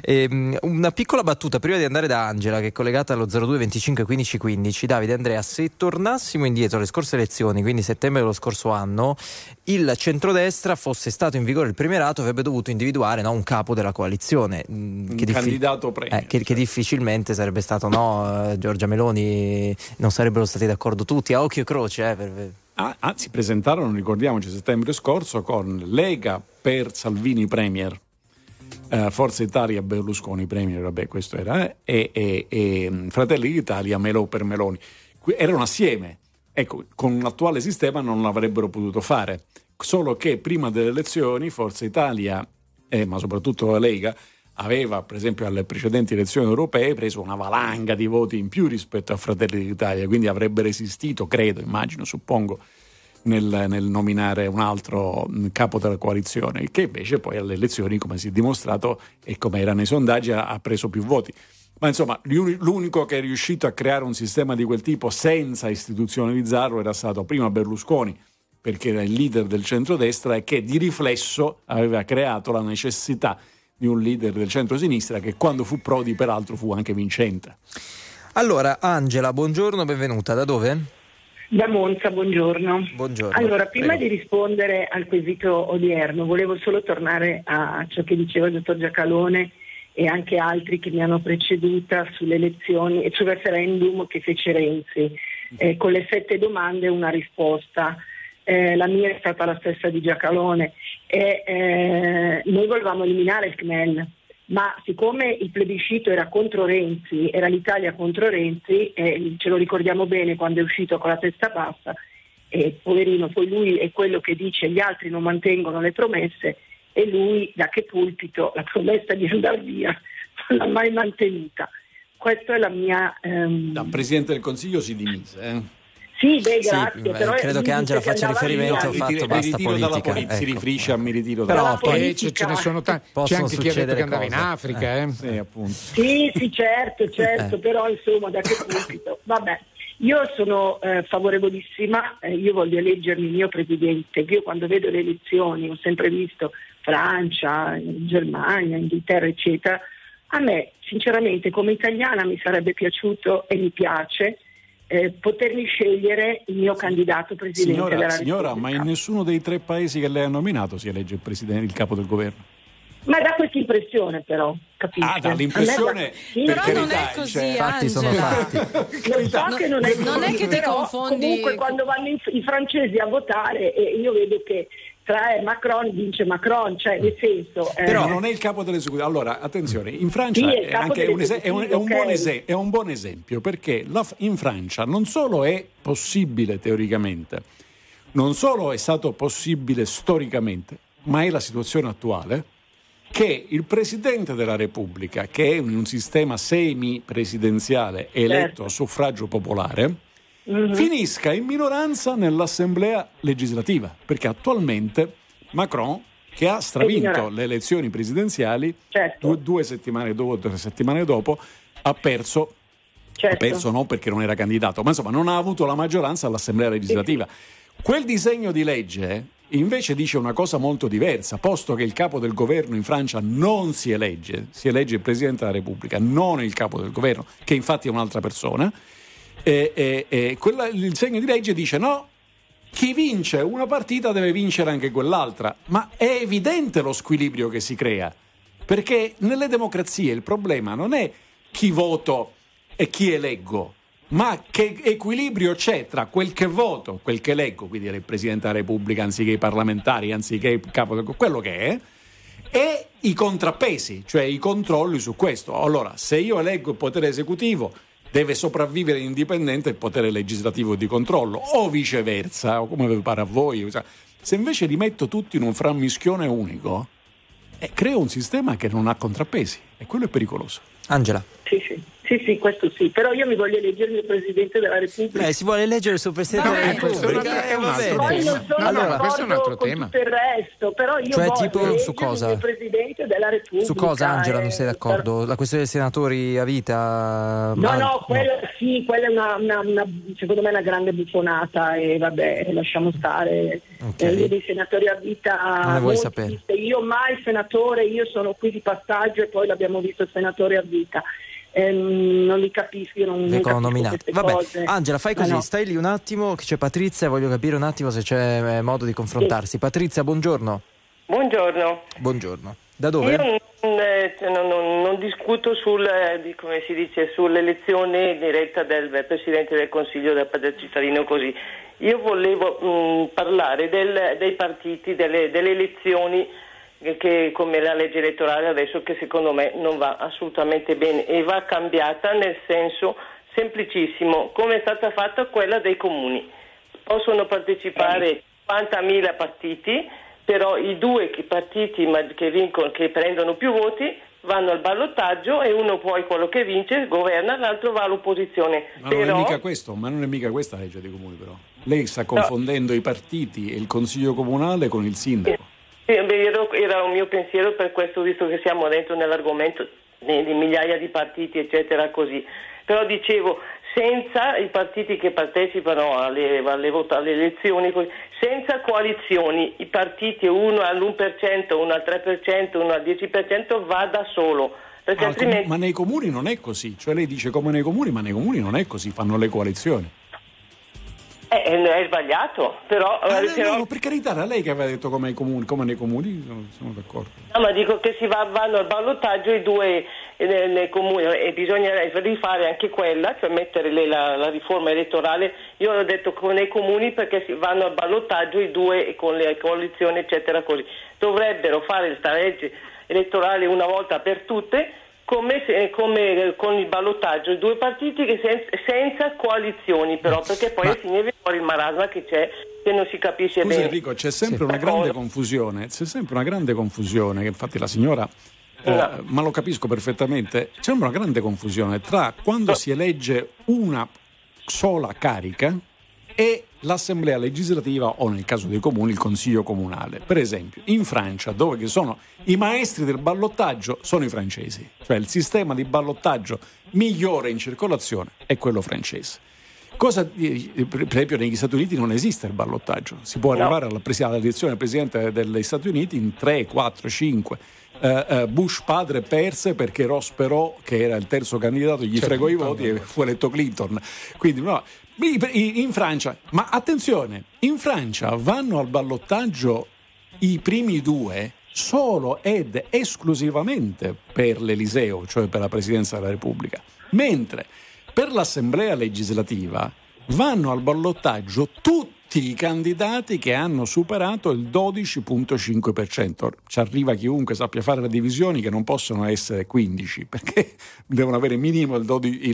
E, una piccola battuta prima di andare da Angela, che è collegata allo zero due venticinque quindici quindici. Davide, Andrea, se tornassimo indietro alle scorse elezioni, quindi settembre dello scorso anno, il centrodestra, fosse stato in vigore il premierato, avrebbe dovuto individuare, no, un capo della coalizione, un che candidato premier, eh, che, che difficilmente sarebbe stato, no, Giorgia Meloni, non sarebbero stati d'accordo tutti a occhio e croce, eh, per... ah, anzi presentarono, ricordiamoci, settembre scorso con Lega per Salvini premier, uh, Forza Italia Berlusconi premier, vabbè questo era, eh, e, e, e Fratelli d'Italia Melò per Meloni. Erano assieme. Ecco, con l'attuale sistema non l'avrebbero potuto fare, solo che prima delle elezioni Forza Italia, eh, ma soprattutto la Lega, aveva, per esempio alle precedenti elezioni europee, preso una valanga di voti in più rispetto a Fratelli d'Italia, quindi avrebbe resistito, credo, immagino, suppongo, nel, nel nominare un altro capo della coalizione, che invece poi alle elezioni, come si è dimostrato e come era nei sondaggi, ha, ha preso più voti. Ma insomma, l'unico che è riuscito a creare un sistema di quel tipo senza istituzionalizzarlo era stato prima Berlusconi, perché era il leader del centrodestra e che di riflesso aveva creato la necessità di un leader del centro-sinistra che quando fu Prodi peraltro fu anche vincente. Allora, Angela, buongiorno, benvenuta. Da dove? Da Monza, buongiorno. Buongiorno. Allora, prima Prego. di rispondere al quesito odierno, volevo solo tornare a ciò che diceva il dottor Giacalone e anche altri che mi hanno preceduta sulle elezioni e sul referendum che fece Renzi, eh, con le sette domande una risposta. Eh, la mia è stata la stessa di Giacalone e eh, noi volevamo eliminare il C N E L, ma siccome il plebiscito era contro Renzi, era l'Italia contro Renzi, eh, ce lo ricordiamo bene quando è uscito con la testa bassa, e poverino, poi lui è quello che dice gli altri non mantengono le promesse, e lui da che pulpito la promessa di andare via non l'ha mai mantenuta. Questa è la mia... Ehm... Da Presidente del Consiglio si dimise, eh? Sì, beh, grazie. Sì, però credo che Angela che faccia riferimento al via. fatto Mi basta ritiro politica. dalla politica, Ecco. Si riferisce a mi ritiro Però dalla poi politica. Eh, ce ne sono tanti. C'è anche chi ha detto che andava in Africa, eh? eh. Sì, appunto. Sì, sì, certo, certo, Eh. però insomma da che pulpito. Vabbè, io sono eh, favorevolissima, eh, io voglio eleggermi il mio presidente. Io quando vedo le elezioni ho sempre visto Francia, Germania, Inghilterra, eccetera. A me, sinceramente, come italiana mi sarebbe piaciuto e mi piace eh, potermi scegliere il mio candidato presidente Signora, della signora, Repubblica. ma in nessuno dei tre paesi che lei ha nominato si elegge il presidente, il capo del governo. Ma da questa impressione però, capisci? Ah, dall'impressione, A me da- sì, per Però carità, non è così, cioè, fatti sono Angela. fatti. Lo so che non è, non è così, che ti però confondi- comunque quando vanno i, i francesi a votare e io vedo che tra Macron vince Macron, cioè nel senso eh, Però non è il capo dell'esecutivo. Allora, attenzione, in Francia Sì, è il è, capo anche un, es- è, un, è, un buon ok. esempio, è un buon esempio, perché la, in Francia non solo è possibile teoricamente, non solo è stato possibile storicamente, ma è la situazione attuale, che il Presidente della Repubblica, che è in un sistema semi-presidenziale eletto Certo. a suffragio popolare, mhm. finisca in minoranza nell'assemblea legislativa, perché attualmente Macron, che ha stravinto Ignorato. le elezioni presidenziali, Certo. due, due settimane dopo, tre settimane dopo, ha perso, Certo. ha perso non perché non era candidato, ma insomma non ha avuto la maggioranza all'assemblea legislativa. Quel disegno di legge invece dice una cosa molto diversa, posto che il capo del governo in Francia non si elegge, si elegge il Presidente della Repubblica, non il capo del governo, che infatti è un'altra persona. E, e, e quella, il disegno di legge dice no, chi vince una partita deve vincere anche quell'altra, ma è evidente lo squilibrio che si crea, perché nelle democrazie il problema non è chi voto e chi eleggo, ma che equilibrio c'è tra quel che voto, quel che eleggo, quindi il Presidente della Repubblica anziché i parlamentari, anziché il capo del quello che è, e i contrappesi, cioè i controlli su questo. Allora, se io eleggo il potere esecutivo, deve sopravvivere indipendente il potere legislativo di controllo, o viceversa, o come vi pare a voi. Se invece li metto tutti in un frammischione unico, eh, creo un sistema che non ha contrappesi, e quello è pericoloso. Angela. Sì, sì, sì, sì, questo sì, però io mi voglio eleggere il Presidente della Repubblica. Eh, si vuole eleggere il suo Presidente No, della eh, Repubblica, eh, va bene. Poi non sono Allora, d'accordo questo è un altro con tema. tutto il resto, però io Cioè, voglio tipo, su eleggermi cosa? il Presidente della Repubblica. Su cosa, Angela, non eh, sei d'accordo? La questione dei senatori a vita? No, Ah, no, quella sì, quella è una, una, una, secondo me è una grande buffonata e vabbè, lasciamo stare. Okay. Eh, io dei senatori a vita, Non ne vuoi molti, sapere. io mai senatore, io sono qui di passaggio e poi l'abbiamo visto il senatore a vita. Ehm, non li capisco, io non, non vengono capisco nominati. queste Vabbè, cose. Angela, fai Ma così, no. stai lì un attimo, che c'è Patrizia, voglio capire un attimo se c'è eh, modo di confrontarsi. Patrizia, buongiorno. Buongiorno. Buongiorno. Da dove? Io non, eh, non, non, non discuto sul, eh, di, come si dice, sull'elezione diretta del Presidente del Consiglio da parte del cittadino così. Io volevo mh, parlare del, dei partiti, delle, delle elezioni che, che come la legge elettorale adesso, che secondo me non va assolutamente bene e va cambiata nel senso semplicissimo, come è stata fatta quella dei comuni. Possono partecipare cinquantamila partiti, però i due partiti che vincono, che prendono più voti, vanno al ballottaggio e uno poi quello che vince governa, l'altro va all'opposizione. Ma però... non è mica questo, ma non è mica questa la legge dei comuni, però. Lei sta confondendo no. i partiti e il consiglio comunale con il sindaco. Sì, era, era un mio pensiero, per questo, visto che siamo dentro nell'argomento di, di migliaia di partiti, eccetera, così. Però dicevo, senza i partiti che partecipano alle, alle, alle elezioni, senza coalizioni, i partiti uno all'uno per cento, uno al tre per cento, uno al dieci per cento va da solo. Perché Ah, altrimenti... Ma nei comuni non è così, cioè lei dice come nei comuni, ma nei comuni non è così, fanno le coalizioni. Eh, è sbagliato, però... Ah, eh, no, però... no, per carità, era lei che aveva detto come, ai comuni, come nei comuni, sono, sono d'accordo. No, ma dico che si va, vanno al ballottaggio i due nei, nei comuni e bisogna rifare anche quella, cioè mettere le, la, la riforma elettorale. Io ho detto come nei comuni perché si vanno al ballottaggio i due con le coalizioni, eccetera, così. Dovrebbero fare questa legge elettorale una volta per tutte, come, se, come con il ballottaggio, i due partiti che sen, senza coalizioni però, perché poi alla fine viene fuori il marasma che c'è, che non si capisce Scusa, bene. Enrico, c'è sempre sì. una grande confusione, c'è sempre una grande confusione, che infatti la signora, eh, no. ma lo capisco perfettamente, c'è una grande confusione tra quando no. si elegge una sola carica e l'assemblea legislativa o, nel caso dei comuni, il consiglio comunale. Per esempio, in Francia, dove che sono i maestri del ballottaggio, sono i francesi. Cioè il sistema di ballottaggio migliore in circolazione è quello francese. Cosa, per esempio, negli Stati Uniti non esiste il ballottaggio. Si può arrivare alla pres- all'elezione del Presidente degli Stati Uniti in tre, quattro, cinque. Uh, uh, Bush padre perse perché Ross Perot, che era il terzo candidato, gli certo, fregò i voti e fu eletto Clinton. Quindi no, in Francia, ma attenzione, in Francia vanno al ballottaggio i primi due solo ed esclusivamente per l'Eliseo, cioè per la Presidenza della Repubblica, mentre per l'Assemblea legislativa vanno al ballottaggio tutti i candidati che hanno superato il dodici virgola cinque per cento. Ci arriva chiunque sappia fare le divisioni, che non possono essere quindici, perché devono avere minimo il dodici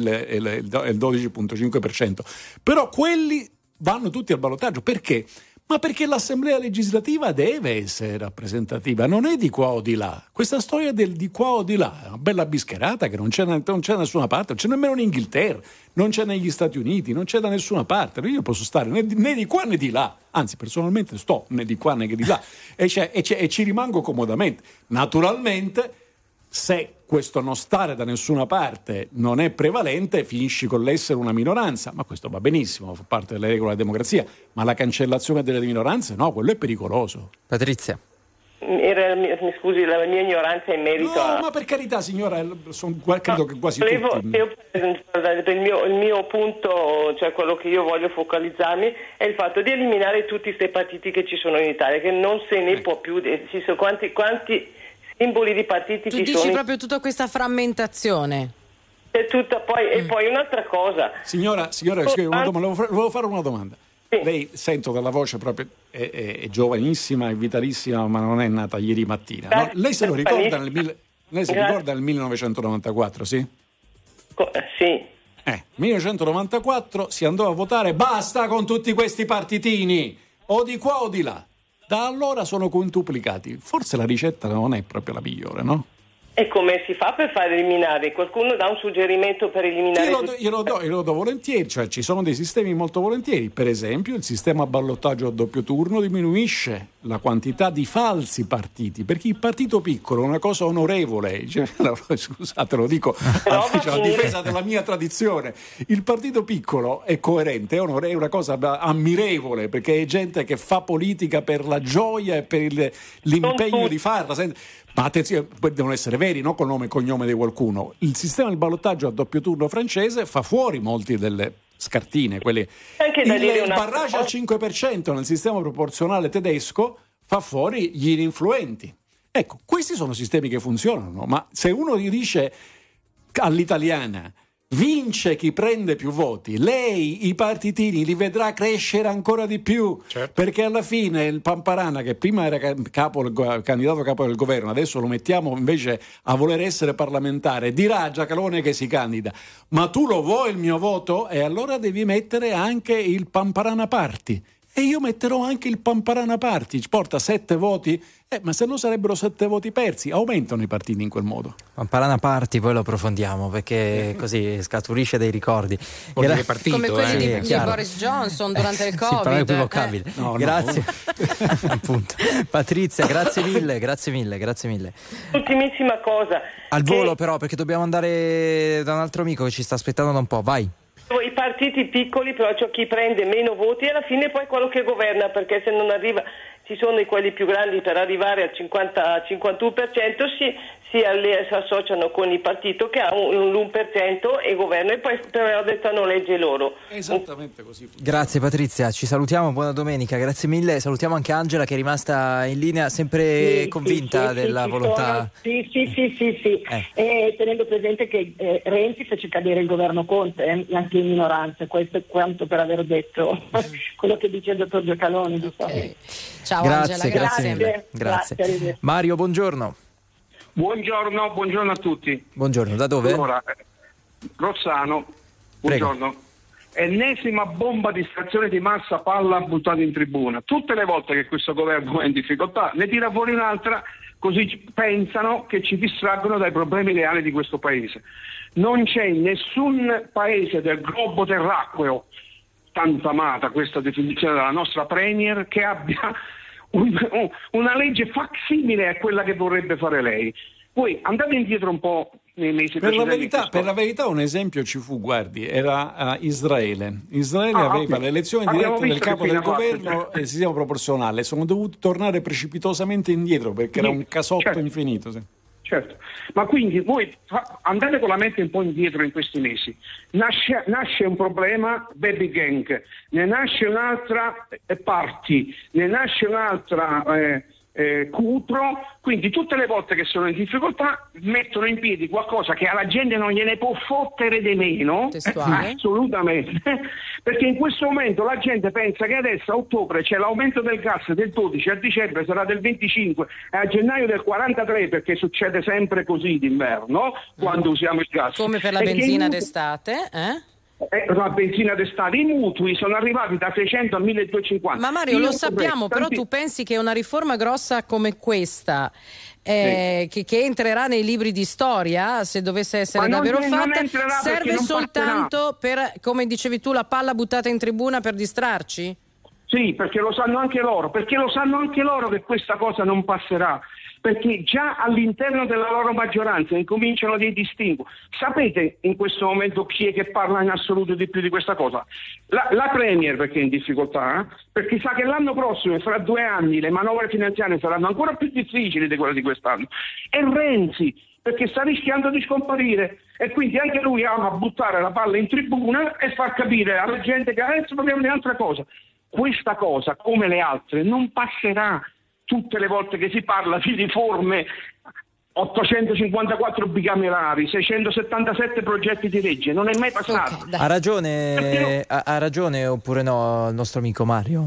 virgola cinque per cento. Però quelli vanno tutti al ballottaggio. Perché? Ma perché l'Assemblea legislativa deve essere rappresentativa, non è di qua o di là. Questa storia del di qua o di là è una bella bischerata che non c'è, non c'è da nessuna parte, non c'è nemmeno in Inghilterra, non c'è negli Stati Uniti, non c'è da nessuna parte. Io posso stare né di, né di qua né di là, anzi personalmente sto né di qua né di là e, c'è, e, c'è, e ci rimango comodamente. Naturalmente, se questo non stare da nessuna parte non è prevalente, finisci con l'essere una minoranza, ma questo va benissimo, fa parte delle regole della democrazia, ma la cancellazione delle minoranze no, quello è pericoloso. Patrizia. Era, mi scusi, la mia ignoranza in merito no, a... ma per carità signora, sono, credo no, che quasi volevo, tutti io, il, mio, il mio punto, cioè quello che io voglio focalizzarmi è il fatto di eliminare tutti questi partiti che ci sono in Italia, che non se ne eh. può più, ci sono quanti, quanti simboli di partiti tu ci dici sono. Proprio tutta questa frammentazione. È tutta, poi, mm. E poi un'altra cosa. Signora, signora, scusi, una domanda, volevo fare una domanda. Sì. Lei, sento dalla voce proprio, è, è, è giovanissima, è vitalissima, ma non è nata ieri mattina. No? Lei se lo ricorda nel, mille, lei si ricorda nel millenovecentonovantaquattro, sì? Co- sì. Eh, millenovecentonovantaquattro si andò a votare, basta con tutti questi partitini, o di qua o di là. Da allora sono quintuplicati. Forse la ricetta non è proprio la migliore, no? E come si fa per far eliminare? Qualcuno dà un suggerimento per eliminare? Io lo do, io lo do, io lo do volentieri, cioè ci sono dei sistemi molto volentieri. Per esempio il sistema a ballottaggio a doppio turno diminuisce la quantità di falsi partiti, perché il partito piccolo è una cosa onorevole, cioè, no, scusate, lo dico a, cioè, a difesa della mia tradizione. Il partito piccolo è coerente, è, onore, è una cosa ammirevole, perché è gente che fa politica per la gioia e per il, l'impegno di farla. Ma attenzione, devono essere veri, non col nome e cognome di qualcuno. Il sistema del ballottaggio a doppio turno francese fa fuori molti delle scartine, quelli. Anche da il, dire il una... barrage al cinque per cento nel sistema proporzionale tedesco fa fuori gli ininfluenti. Ecco, questi sono sistemi che funzionano, ma se uno gli dice all'italiana vince chi prende più voti, lei i partitini li vedrà crescere ancora di più, certo. Perché alla fine il Pamparana, che prima era capo, candidato capo del governo, adesso lo mettiamo invece a voler essere parlamentare, dirà a Giacalone che si candida: ma tu lo vuoi il mio voto? E allora devi mettere anche il Pamparana Party. E io metterò anche il Pamparana Party, ci porta sette voti, eh, ma se no sarebbero sette voti persi, aumentano i partiti in quel modo. Pamparana Party poi lo approfondiamo, perché così scaturisce dei ricordi. Gra- partito, come quelli eh. di, di Boris Johnson durante il Covid. Sì, però è equivocabile. Eh. No, grazie. No. Appunto. Patrizia, grazie mille, grazie mille, grazie mille. Ultimissima cosa. Al volo che... però, perché dobbiamo andare da un altro amico che ci sta aspettando da un po', vai. I partiti piccoli, però c'è chi prende meno voti e alla fine poi quello che governa, perché se non arriva, ci sono i quelli più grandi per arrivare al cinquanta cinquantuno per cento si, si, alle, si associano con il partito che ha un, l'uno per cento e governa, e poi però dettano legge loro. Esattamente così. Grazie Patrizia, ci salutiamo, buona domenica, grazie mille. Salutiamo anche Angela che è rimasta in linea, sempre sì, convinta sì, della sì, volontà. Sì, sì, sì, sì, sì. Eh. E tenendo presente che eh, Renzi fece cadere il governo Conte, eh, anche in minoranza, questo è quanto per aver detto quello che dice il dottor Giacalone. Okay. Ciao grazie, Angela, grazie, grazie. Mille. Grazie. grazie. Mario, buongiorno. Buongiorno, buongiorno a tutti. Buongiorno, da dove? Allora, Rossano, buongiorno. Prego. Ennesima bomba di distrazione di massa, palla buttata in tribuna. Tutte le volte che questo governo è in difficoltà ne tira fuori un'altra, così pensano che ci distraggono dai problemi reali di questo paese. Non c'è nessun paese del globo terracqueo, tanto amata questa definizione della nostra Premier, che abbia un, un, una legge facsimile a quella che vorrebbe fare lei. Voi andate indietro un po' nei mesi per la verità, per la verità un esempio ci fu, guardi, era uh, Israele. Israele ah, aveva okay. le elezioni dirette del capo del governo e il sistema proporzionale. Sono dovuti tornare precipitosamente indietro perché sì, era un casotto certo. infinito. Sì. Certo, ma quindi voi andate con la mente un po' indietro in questi mesi. Nasce, nasce un problema, baby gang, ne nasce un'altra eh, party, ne nasce un'altra eh, eh, Cutro, quindi tutte le volte che sono in difficoltà mettono in piedi qualcosa che alla gente non gliene può fottere di meno, assolutamente, perché in questo momento la gente pensa che adesso a ottobre c'è l'aumento del gas del dodici, a dicembre sarà del venticinque e a gennaio del quarantatré, perché succede sempre così d'inverno quando mm. usiamo il gas. Come per la e benzina d'estate, eh? La benzina d'estate, i mutui sono arrivati da seicento a milleduecentocinquanta. Ma Mario, io lo sappiamo, però tu pensi che una riforma grossa come questa eh, sì. che, che entrerà nei libri di storia, se dovesse essere Ma davvero non, fatta, non serve soltanto per, come dicevi tu, la palla buttata in tribuna per distrarci? Sì, perché lo sanno anche loro, perché lo sanno anche loro che questa cosa non passerà, perché già all'interno della loro maggioranza incominciano dei distinguo. Sapete in questo momento chi è che parla in assoluto di più di questa cosa? La, la Premier, perché è in difficoltà, eh? Perché sa che l'anno prossimo, fra due anni, le manovre finanziarie saranno ancora più difficili di quelle di quest'anno. E Renzi, perché sta rischiando di scomparire, e quindi anche lui ama buttare la palla in tribuna e far capire alla gente che adesso parliamo di altra cosa. Questa cosa, come le altre, non passerà. Tutte le volte che si parla di riforme, ottocentocinquantaquattro bicamerali, seicentosettantasette progetti di legge, non è mai passato. Okay, ha ragione, ha, ha ragione oppure no il nostro amico Mario?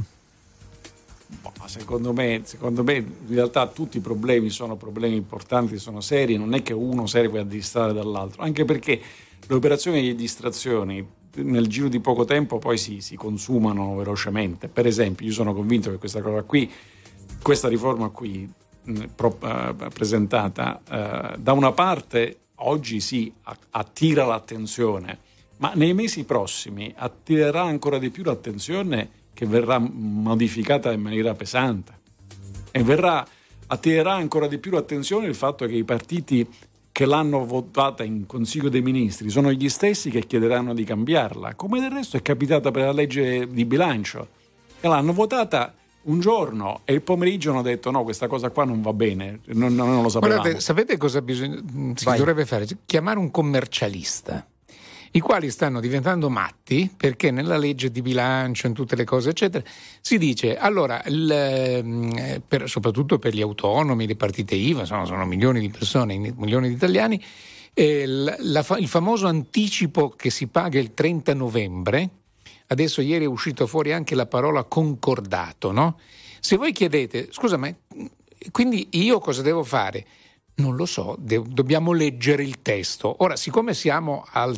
Secondo me, secondo me in realtà tutti i problemi sono problemi importanti, sono seri, non è che uno serve a distrarre dall'altro, anche perché le operazioni di distrazione nel giro di poco tempo poi si, si consumano velocemente. Per esempio, io sono convinto che questa cosa qui, questa riforma qui mh, pro, uh, presentata, uh, da una parte oggi sì attira l'attenzione, ma nei mesi prossimi attirerà ancora di più l'attenzione, che verrà modificata in maniera pesante, e verrà attirerà ancora di più l'attenzione il fatto che i partiti che l'hanno votata in Consiglio dei Ministri sono gli stessi che chiederanno di cambiarla, come del resto è capitato per la legge di bilancio, che l'hanno votata un giorno e il pomeriggio hanno detto no, questa cosa qua non va bene, non, non lo sapevamo. Guardate, sapete cosa bisogna, si Vai. dovrebbe fare? Chiamare un commercialista, i quali stanno diventando matti perché nella legge di bilancio, in tutte le cose eccetera, si dice allora il, per, soprattutto per gli autonomi, le partite I V A, sono, sono milioni di persone, milioni di italiani, eh, la, la, il famoso anticipo che si paga il trenta novembre. Adesso ieri è uscito fuori anche la parola concordato, no? Se voi chiedete, scusa, ma quindi io cosa devo fare? Non lo so, de- dobbiamo leggere il testo. Ora, siccome siamo al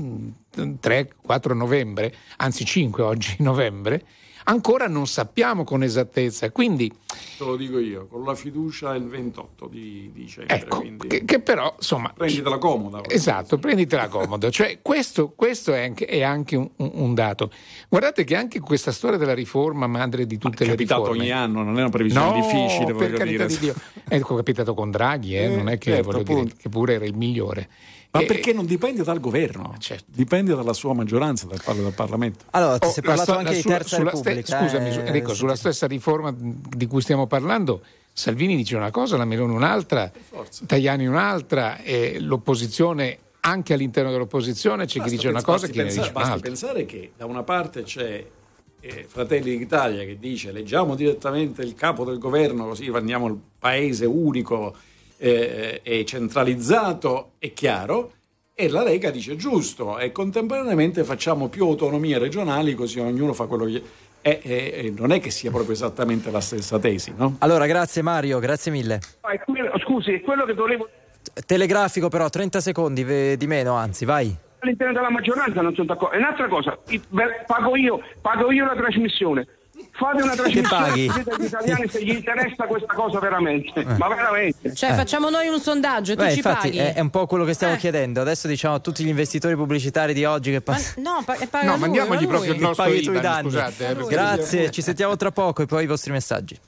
tre quattro novembre, anzi cinque oggi novembre, ancora non sappiamo con esattezza, quindi te lo dico io, con la fiducia il ventotto di dicembre, ecco, quindi che, che però insomma prenditela comoda. Esatto, prenditela comoda, cioè questo, questo è anche, è anche un, un dato. Guardate che anche questa storia della riforma, madre di tutte Ma le è capitato riforme, ogni anno, non è una previsione no, difficile, per voglio carità dire. di Dio, è capitato con Draghi, eh, Eh, non è che certo, voglio dire appunto. che pure era il migliore. Ma E- perché non dipende dal governo, Certo. dipende dalla sua maggioranza, dal, dal Parlamento. Allora, ti Oh, si è la parlato sto- anche la di sulla- Terza sulla ste- Repubblica. Scusami, eh, Enrico, sulla stessa riforma di cui stiamo parlando, Salvini dice una cosa, la Meloni un'altra, Tajani un'altra, e l'opposizione, anche all'interno dell'opposizione c'è chi Basta dice una pens- cosa e basti chi ne pensare, dice basti un'altra. pensare che da una parte c'è eh, Fratelli d'Italia che dice leggiamo direttamente il capo del governo così rendiamo il paese unico eh, e centralizzato e chiaro, e la Lega dice giusto, e contemporaneamente facciamo più autonomie regionali così ognuno fa quello che... E, e, e non è che sia proprio esattamente la stessa tesi, no? Allora, grazie Mario, grazie mille. Ah, è quello- scusi, è quello che volevo Telegrafico però, trenta secondi ve- di meno, anzi, vai. all'interno della maggioranza non sono d'accordo. E un'altra cosa, i- beh, pago io, pago io la trasmissione. Fate una trasmissione paghi? e chiedete agli italiani se gli interessa questa cosa veramente. Ma veramente. Cioè, Eh. facciamo noi un sondaggio e tu Beh, ci infatti paghi. è, è un po' quello che stiamo Eh. chiedendo. Adesso diciamo a tutti gli investitori pubblicitari di oggi che Ma, passano. no, pa- paga No, lui, mandiamogli ma proprio lui. il nostro Paghi tu i I B A N, danni. scusate. eh, perché- Grazie, ci sentiamo tra poco e poi i vostri messaggi.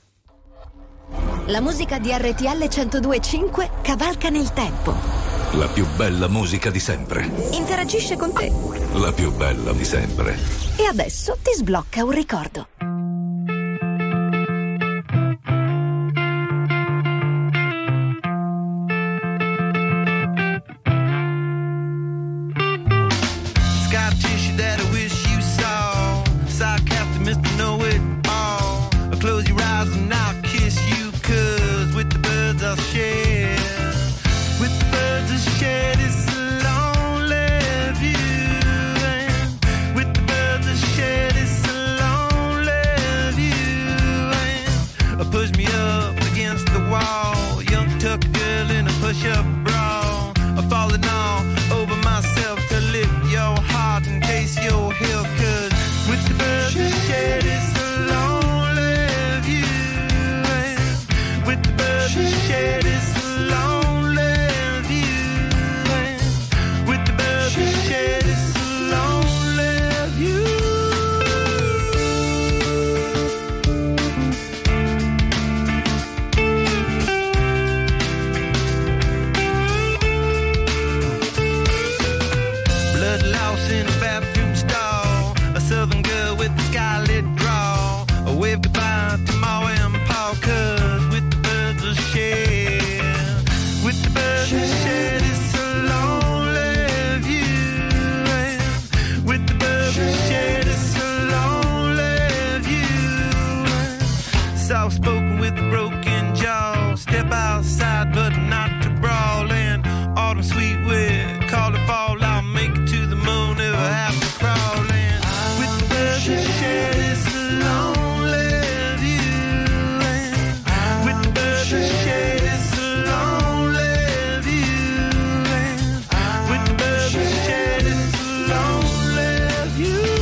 La musica di R T L centodue e cinque cavalca nel tempo. La più bella musica di sempre. Interagisce con te. La più bella di sempre. E adesso ti sblocca un ricordo. Scar tissue that I wish you saw. Sarcastic Mister Know-It-All. Close your eyes and I'll kiss you, cause with the birds I'll share. With the birds I'll share this lonely view. And with the birds I'll share this lonely view. And push me up against the wall. Young tuck girl in a push-up bra. I'm falling all over myself to lift your heart and taste your heel, cause with the birds I share this lonely view. And with the birds I share this lonely view. And with the birds I share this lonely view. Blood loss in a bathroom stall. A southern girl with a scarlet draw. A wave goodbye to Ma and Pa, cause with the birds I'll share. With the birds I'll share this lonely view. And with the birds I'll share this lonely view. Soft spoken with a broken jaw. Step outside but not to brawl. And autumn sweet with call it fall. I'll make it to the moon if I have to crawl. And with the birds I share this lonely view. And with the birds I share this lonely view. And with the birds I share this lonely view.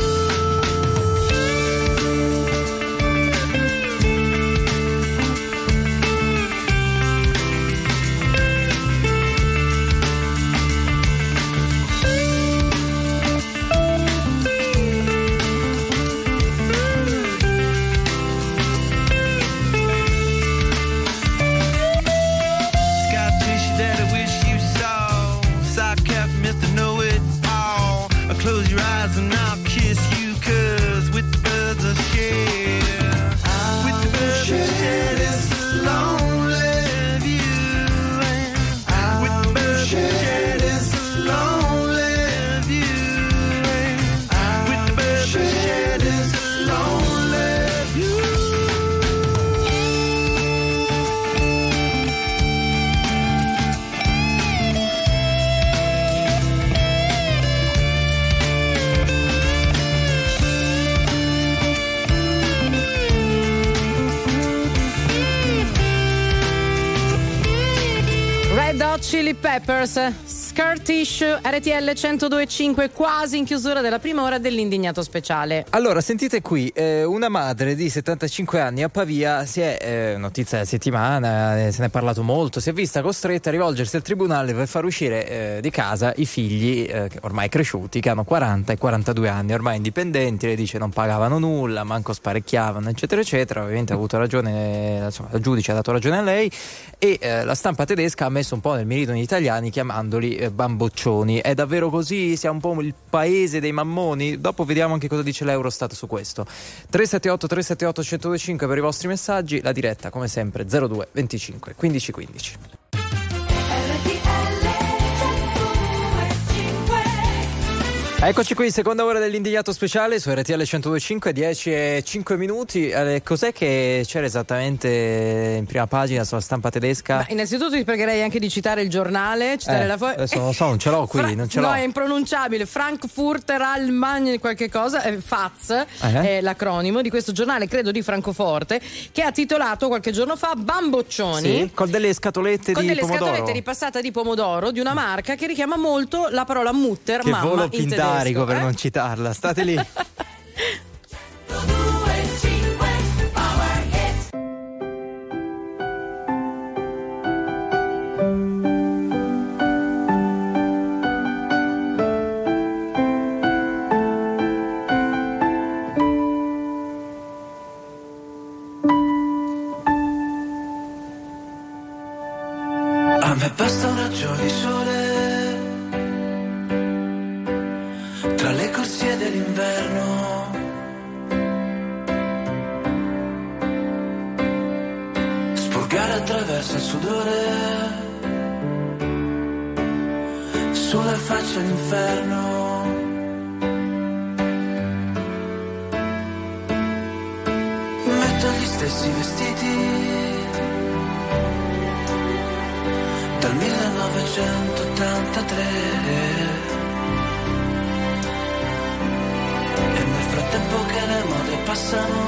Red Hot Chili Peppers, Scottish, R T L centodue e cinque, quasi in chiusura della prima ora dell'Indignato Speciale. Allora, sentite qui, eh, una madre di settantacinque anni a Pavia si è, eh, notizia della settimana, eh, se ne è parlato molto, si è vista costretta a rivolgersi al tribunale per far uscire eh, di casa i figli eh, ormai cresciuti, che hanno quaranta e quarantadue anni, ormai indipendenti. Lei dice non pagavano nulla, manco sparecchiavano, eccetera eccetera. Ovviamente ha avuto ragione, insomma, il giudice ha dato ragione a lei, e eh, la stampa tedesca ha messo un po' nel mirino gli italiani chiamandoli eh, bamboccioni. È davvero così? Siamo un po' il paese dei mammoni? Dopo vediamo anche cosa dice l'Eurostat su questo. tre sette otto tre sette otto uno zero due cinque per i vostri messaggi, la diretta come sempre zero due venticinque quindici quindici. Eccoci qui, seconda ora dell'Indignato Speciale su R T L centodue e cinque, dieci e cinque minuti. Eh, cos'è che c'era esattamente in prima pagina sulla stampa tedesca? Ma innanzitutto ti pregherei anche di citare il giornale, citare eh, la fo- adesso non lo so, non ce l'ho qui, Fra- non ce no, l'ho. è impronunciabile. Frankfurter Allgemeine qualche cosa, eh, F A Z, eh? è l'acronimo di questo giornale, credo di Francoforte, che ha titolato qualche giorno fa Bamboccioni. Sì, con delle scatolette con di delle pomodoro. scatolette di passata di pomodoro di una marca che richiama molto la parola Mutter, che mamma, volo in tedesco. pindarico per eh? non citarla, state lì. A me basta un raggio di sole tra le corsie dell'inverno, spurgare attraverso il sudore sulla faccia l'inferno. Metto gli stessi vestiti dal millenovecentottantatré e nel frattempo che le mode passano,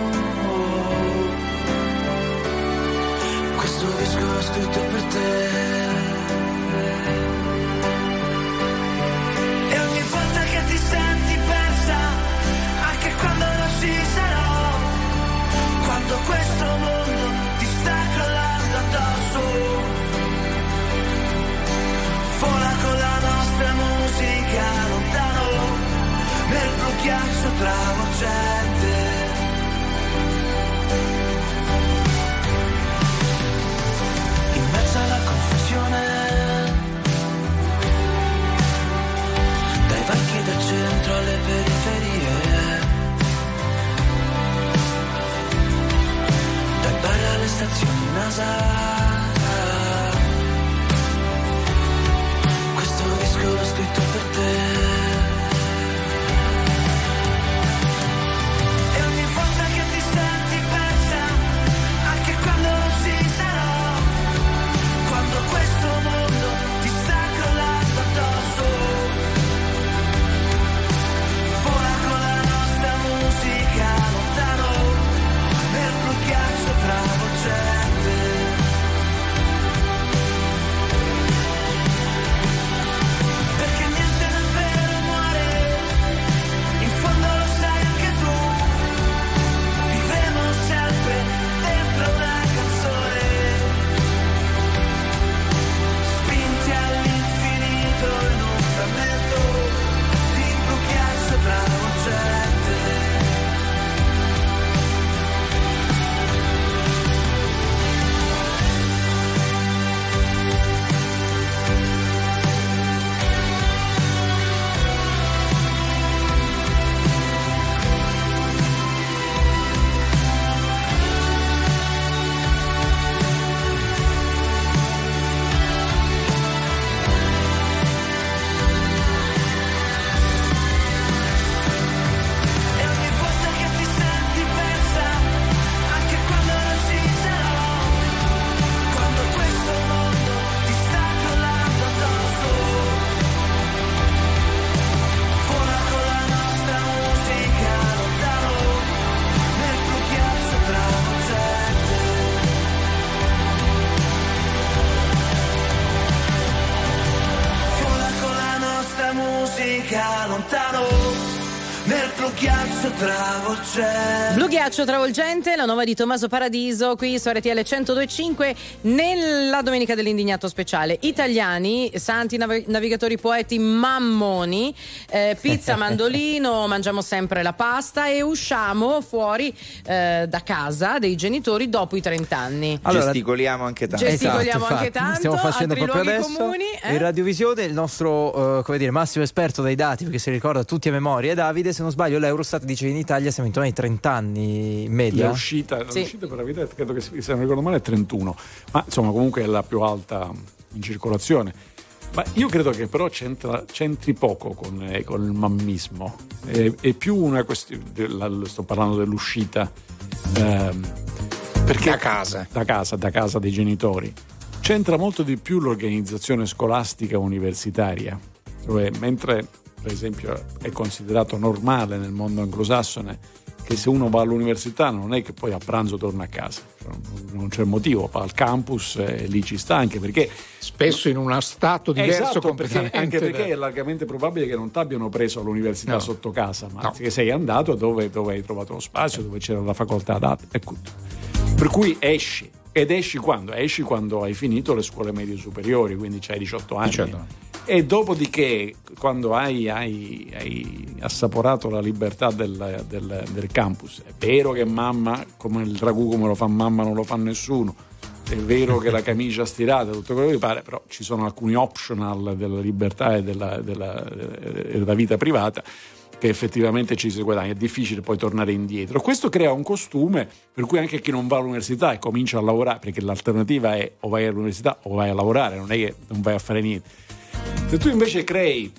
questo disco l'ho scritto per te. E ogni volta che ti senti persa, anche quando non ci sarò, quando questo mondo ti sta crollando addosso, vola con la nostra musica lontano nel blu ghiaccio travolgente. In travolgente. Blu Ghiaccio Travolgente, la nuova di Tommaso Paradiso qui su R T L centodue e cinque nella domenica dell'indignato speciale. Italiani, santi nav- navigatori poeti mammoni, eh, pizza mandolino, mangiamo sempre la pasta e usciamo fuori eh, da casa dei genitori dopo i trenta anni. Allora, gesticoliamo anche tanto. Gesticoliamo esatto, anche tanto. Stiamo facendo proprio adesso comuni, eh? in radiovisione il nostro uh, come dire, massimo esperto dei dati, perché si ricorda tutti a memoria, Davide. Se non sbaglio l'Eurostat dice che in Italia siamo intorno ai trenta anni in media. L'uscita, sì. l'uscita per la vita credo che, se non ricordo male, è trentuno, ma insomma comunque è la più alta in circolazione. Ma io credo che però c'entra, c'entri poco con, eh, con il mammismo, è, è più una questione, sto parlando dell'uscita ehm, perché da casa. da casa, da casa dei genitori. C'entra molto di più l'organizzazione scolastica universitaria, cioè, mentre per esempio è considerato normale nel mondo anglosassone che se uno va all'università non è che poi a pranzo torna a casa, cioè, non c'è motivo, va al campus e lì ci sta, anche perché spesso in uno stato diverso, esatto, completamente, perché, anche perché da... è largamente probabile che non ti abbiano preso all'università no. sotto casa, ma no. che sei andato dove, dove hai trovato lo spazio, dove c'era la facoltà adatta e tutto. Per cui esci, ed esci quando? Esci quando hai finito le scuole medie superiori, quindi c'hai diciotto anni. diciotto. E dopodiché, quando hai, hai, hai assaporato la libertà del, del, del campus, è vero che mamma, come il ragù come lo fa mamma non lo fa nessuno, è vero che la camicia stirata, tutto quello che pare, però ci sono alcuni optional della libertà e della, della, della vita privata che effettivamente ci si guadagna, è difficile poi tornare indietro. Questo crea un costume per cui anche chi non va all'università e comincia a lavorare, perché l'alternativa è o vai all'università o vai a lavorare, non è che non vai a fare niente. Se tu invece crei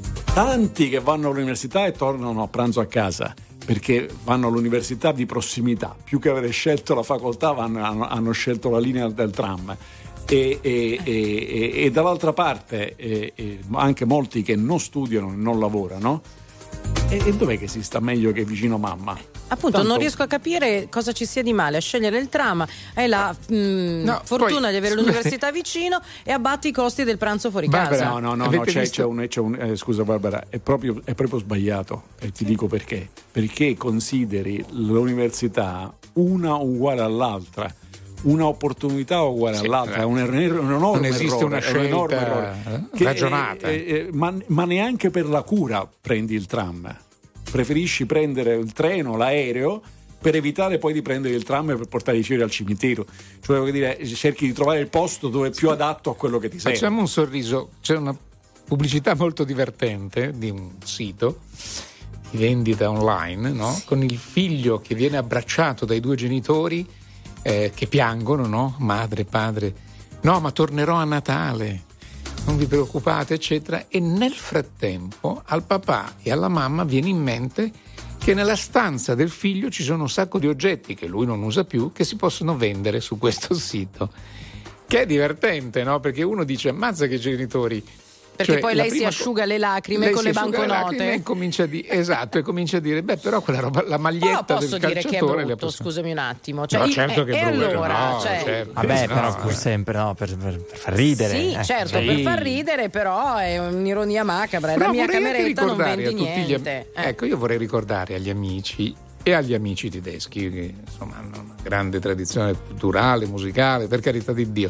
tanti che vanno all'università e tornano a pranzo a casa perché vanno all'università di prossimità, più che avere scelto la facoltà vanno, hanno, hanno scelto la linea del tram, e, e, e, e dall'altra parte e, e anche molti che non studiano e non lavorano, e, e dov'è che si sta meglio che vicino mamma? Appunto, Tanto... non riesco a capire cosa ci sia di male a scegliere il tram, hai la mh, no, fortuna poi, di avere l'università vicino e abbatti i costi del pranzo fuori Barbara, casa. no, no, no, no c'è, c'è un, c'è un eh, scusa Barbara, è proprio, è proprio sbagliato, e ti dico perché. Perché consideri l'università una uguale all'altra, una opportunità uguale sì, all'altra, è un, er- un enorme non esiste errore, una scelta un enorme errore, ragionata, che, eh, eh, ma, ma neanche per la cura prendi il tram. Preferisci prendere il treno, l'aereo, per evitare poi di prendere il tram per portare i fiori al cimitero. Cioè, voglio dire, cerchi di trovare il posto dove è più adatto a quello che ti serve. Facciamo un sorriso. C'è una pubblicità molto divertente di un sito di vendita online, no? Con il figlio che viene abbracciato dai due genitori eh, che piangono, no? Madre, padre. No, ma tornerò a Natale. Non vi preoccupate, eccetera. E nel frattempo al papà e alla mamma viene in mente che nella stanza del figlio ci sono un sacco di oggetti che lui non usa più, che si possono vendere su questo sito, che è divertente, no? Perché uno dice ammazza che genitori, perché cioè, poi lei si prima... asciuga le lacrime con le banconote e comincia a dire, esatto, e comincia a dire beh, però quella roba, la maglietta però posso del dire calciatore, che è brutto, posso... scusami un attimo, cioè, no, certo e, che è e brutto, allora no, cioè... certo. vabbè, no, però pur eh. sempre no, per, per, per far ridere, sì, eh. certo, sì. per far ridere, però è un'ironia macabra, Però la mia vorrei anche cameretta non ricordare vendi a tutti gli am- niente eh. Ecco, io vorrei ricordare agli amici e agli amici tedeschi che insomma hanno una grande tradizione culturale, musicale, per carità di Dio,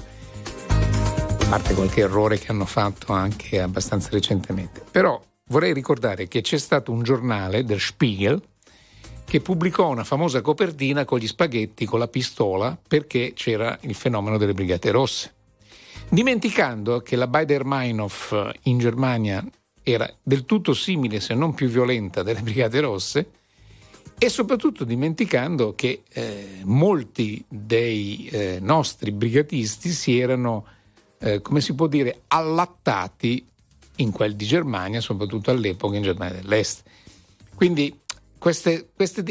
a parte qualche errore che hanno fatto anche abbastanza recentemente, però vorrei ricordare che c'è stato un giornale, Der Spiegel, che pubblicò una famosa copertina con gli spaghetti, con la pistola, perché c'era il fenomeno delle Brigate Rosse, dimenticando che la Baader-Meinhof in Germania era del tutto simile, se non più violenta, delle Brigate Rosse, e soprattutto dimenticando che eh, molti dei eh, nostri brigatisti si erano, eh, come si può dire, allattati in quel di Germania, soprattutto all'epoca in Germania dell'Est. Quindi queste, queste di...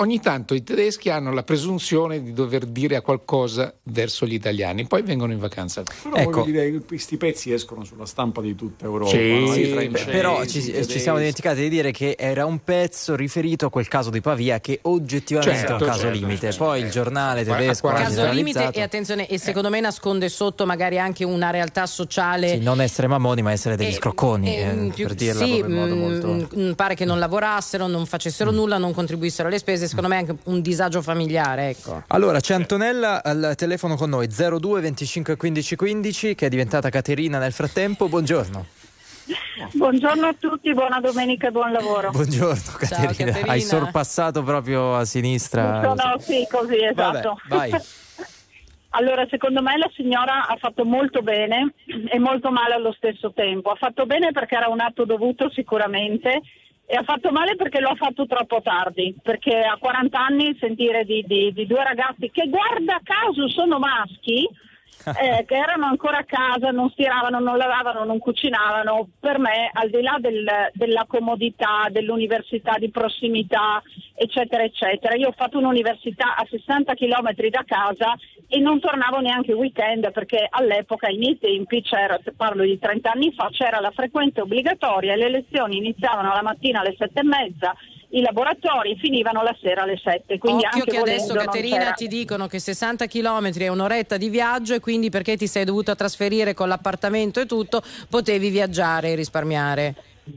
ogni tanto i tedeschi hanno la presunzione di dover dire a qualcosa verso gli italiani, poi vengono in vacanza. Però ecco. voglio dire, questi pezzi escono sulla stampa di tutta Europa. Sì, no? sì, I francesi, però ci, i ci siamo dimenticati di dire che era un pezzo riferito a quel caso di Pavia che oggettivamente Certo, è un caso certo, limite. certo, Poi certo. il giornale Guarda, tedesco ha guarda, Caso limite generalizzato. e attenzione, e secondo me nasconde sotto magari anche una realtà sociale. Sì, non essere mammoni ma essere degli Eh, scrocconi, eh, eh, più- per dirla sì, proprio in modo mm, molto... mm, pare che non lavorassero, non facessero nulla, non contribuissero alle spese, secondo me è anche un disagio familiare, ecco. Allora c'è Antonella al telefono con noi, zero due venticinque quindici quindici, che è diventata Caterina nel frattempo. Buongiorno. Buongiorno a tutti, buona domenica e buon lavoro. Buongiorno Caterina. Caterina. Hai sorpassato proprio a sinistra. Sono sì, così, esatto. Vabbè, vai. Allora, secondo me la signora ha fatto molto bene e molto male allo stesso tempo. Ha fatto bene perché era un atto dovuto sicuramente, e ha fatto male perché lo ha fatto troppo tardi, perché a quaranta anni sentire di, di, di due ragazzi che guarda caso sono maschi, eh, che erano ancora a casa, non stiravano, non lavavano, non cucinavano, per me, al di là del, della comodità, dell'università di prossimità, eccetera, eccetera, io ho fatto un'università a sessanta chilometri da casa e non tornavo neanche weekend, perché all'epoca, ai miei tempi, c'era, se parlo di trenta anni fa, c'era la frequenza obbligatoria e le lezioni iniziavano la mattina alle sette e mezza, i laboratori finivano la sera alle sette. Quindi Occhio anche che adesso, volendo, non Caterina, c'era- ti dicono che sessanta chilometri è un'oretta di viaggio e quindi perché ti sei dovuta trasferire con l'appartamento e tutto, potevi viaggiare e risparmiare.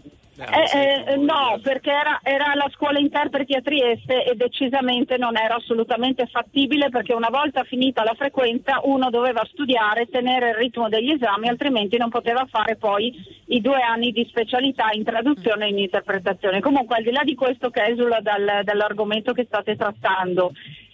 Eh, eh, no, perché era, era la scuola interpreti a Trieste e decisamente non era assolutamente fattibile, perché una volta finita la frequenza uno doveva studiare, tenere il ritmo degli esami, altrimenti non poteva fare poi i due anni di specialità in traduzione e in interpretazione. Comunque, al di là di questo, che esula dal, dall'argomento che state trattando,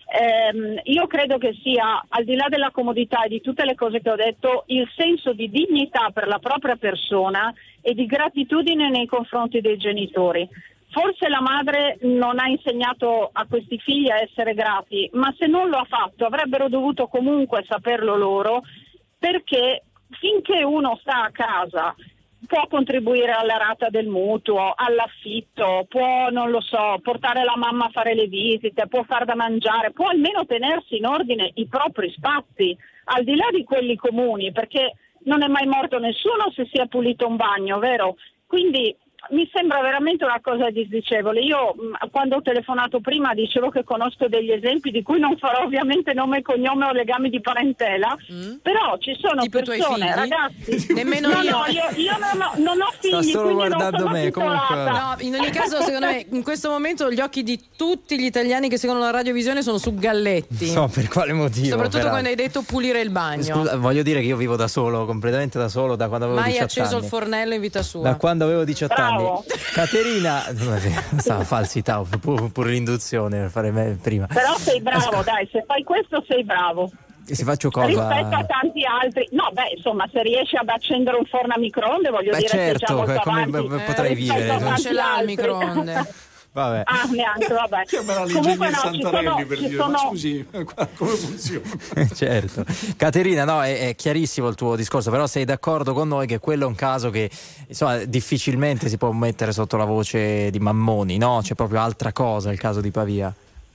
ehm, io credo che sia, al di là della comodità e di tutte le cose che ho detto, il senso di dignità per la propria persona e di gratitudine nei confronti dei genitori. Forse la madre non ha insegnato a questi figli a essere grati, ma se non lo ha fatto avrebbero dovuto comunque saperlo loro, perché finché uno sta a casa può contribuire alla rata del mutuo, all'affitto, può, non lo so, portare la mamma a fare le visite, può far da mangiare, può almeno tenersi in ordine i propri spazi, al di là di quelli comuni, perché non è mai morto nessuno se si è pulito un bagno, vero? Quindi mi sembra veramente una cosa disdicevole. Io mh, quando ho telefonato prima dicevo che conosco degli esempi di cui non farò ovviamente nome e cognome o legami di parentela, mm. però ci sono Tipo i tuoi persone, figli? ragazzi. Nemmeno no, io. No, io, io non, ho, non ho figli, Sta solo quindi non guardando sono me, comunque. titolata. No, in ogni caso, secondo me, in questo momento gli occhi di tutti gli italiani che seguono la radiovisione sono su Galletti. No, per quale motivo? Soprattutto peraltro. quando hai detto pulire il bagno. Scusa, voglio dire che io vivo da solo, completamente da solo, da quando avevo Mai diciotto acceso anni. il fornello in vita sua. Da quando avevo diciotto Bravo. anni. Caterina, sta falsità, pur, pur l'induzione per fare me prima. Però sei bravo, dai, se fai questo sei bravo. E se faccio cosa? Rispetto a tanti altri, no, beh, insomma, se riesci ad accendere un forno a microonde, voglio Beh, dire certo, che già molto come avanti, b- potrei eh, vivere? rispetto a Non tanti ce l'ha il altri. microonde. Vabbè. Ah, neanche, vabbè. Chiamala Comunque l'ingegner no, ci Santarelli sono, per ci dire, sono... ma scusi, come funziona? Certo. Caterina, no, è, è chiarissimo il tuo discorso, però sei d'accordo con noi che quello è un caso che insomma difficilmente si può mettere sotto la voce di mammoni, no? C'è proprio altra cosa il caso di Pavia.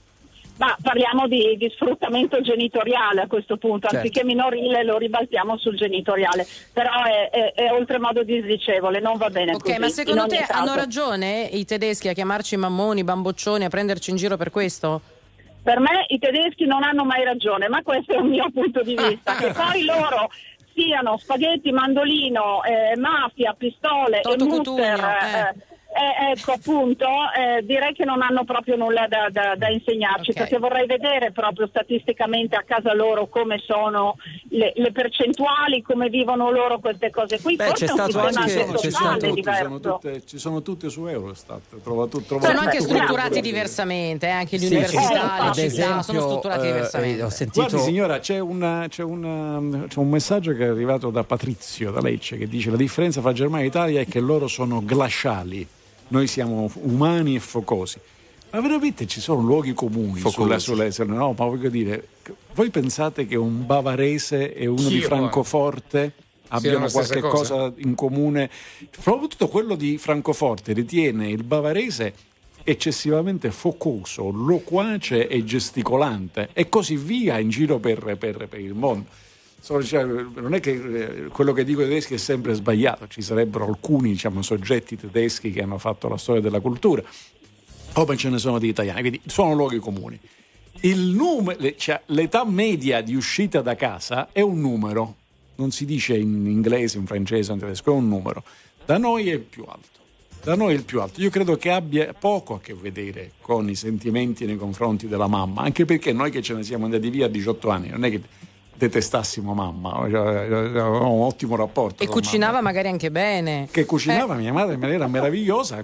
Ma parliamo di, di sfruttamento genitoriale a questo punto, Certo. anziché minorile lo ribaltiamo sul genitoriale, però è, è, è oltremodo disdicevole, non va bene Ok, così. ma secondo in ogni te caso. hanno ragione i tedeschi a chiamarci mammoni, bamboccioni, a prenderci in giro per questo? Per me i tedeschi non hanno mai ragione, ma questo è un mio punto di vista, che poi loro siano spaghetti, mandolino, eh, mafia, pistole Toto e Cutugno, mutter, eh. eh, eh, ecco appunto, eh, direi che non hanno proprio nulla da, da, da insegnarci, Ok. perché vorrei vedere proprio statisticamente a casa loro come sono le, le percentuali, come vivono loro queste cose qui. Beh, Forse c'è è un stato sistema anche- anche c'è sociale stato- Ci sono, diverso. tutte, ci sono tutte su Eurostat. Trova, tu, trova Sono tutto anche quello strutturati che- diversamente, eh, anche le Sì, università, sì. le Ad città esempio, sono strutturate eh, diversamente. ho sentito Guardi signora, c'è, una, c'è, una, c'è un messaggio che è arrivato da Patrizio da Lecce che dice: la differenza fra Germania e Italia è che loro sono glaciali, noi siamo umani e focosi. Ma veramente ci sono luoghi comuni sulla, sulle, no, ma voglio dire, voi pensate che un bavarese e uno Sì, di io- Francoforte abbiano la stessa qualche cosa? cosa? in comune? Soprattutto quello di Francoforte ritiene il bavarese eccessivamente focoso, loquace e gesticolante e così via in giro per, per, per il mondo. Cioè, non è che quello che dico ai tedeschi è sempre sbagliato, ci sarebbero alcuni, diciamo, soggetti tedeschi che hanno fatto la storia della cultura, come ce ne sono di italiani, quindi sono luoghi comuni. Il numero, cioè, l'età media di uscita da casa è un numero, non si dice in inglese, in francese, in tedesco, è un numero. Da noi è il più alto. Da noi è il più alto. Io credo che abbia poco a che vedere con i sentimenti nei confronti della mamma, anche perché noi che ce ne siamo andati via a diciotto anni, non è che detestassimo mamma, avevamo un ottimo rapporto. E cucinava mamma. Magari anche bene. Che cucinava eh. mia madre in maniera meravigliosa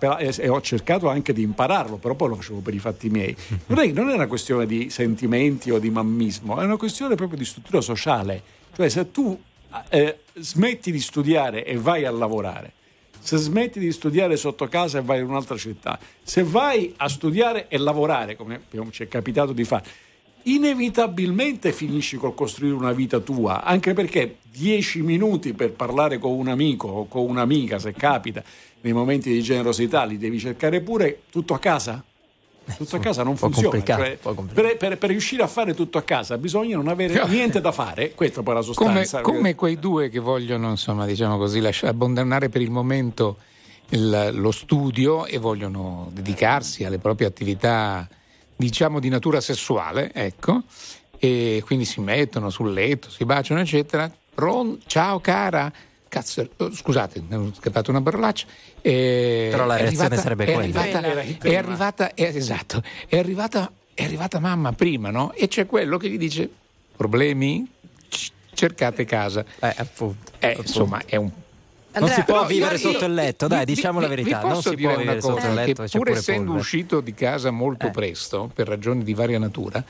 e ho cercato anche di impararlo, però poi lo facevo per i fatti miei. Non è, non è una questione di sentimenti o di mammismo, è una questione proprio di struttura sociale. Cioè se tu eh, smetti di studiare e vai a lavorare, se smetti di studiare sotto casa e vai in un'altra città, se vai a studiare e lavorare, come ci è capitato di fare, inevitabilmente finisci col costruire una vita tua, anche perché dieci minuti per parlare con un amico o con un'amica, se capita, nei momenti di generosità li devi cercare pure tutto a casa. Tutto a casa non funziona, cioè, per, per, per riuscire a fare tutto a casa bisogna non avere niente da fare, questa poi è la sostanza. Come, come quei due che vogliono, insomma, diciamo così, lasciare, abbandonare per il momento il, lo studio e vogliono dedicarsi alle proprie attività, diciamo, di natura sessuale, ecco, e quindi si mettono sul letto, si baciano, eccetera. Ron, ciao cara. Cazzo, scusate, mi è scappata una parolaccia. Eh, Però la reazione arrivata, sarebbe è quella. Arrivata, è arrivata, è, esatto, è arrivata, è arrivata mamma prima, no? E c'è quello che gli dice: problemi? C- cercate casa. Eh, appunto. Eh, insomma, è un. Non si può Però vivere io, sotto il letto, dai, vi, diciamo vi, la verità. Vi posso non si dire può vivere una cosa, sotto il letto, che pur essendo polvere. uscito di casa molto eh. presto, per ragioni di varia natura,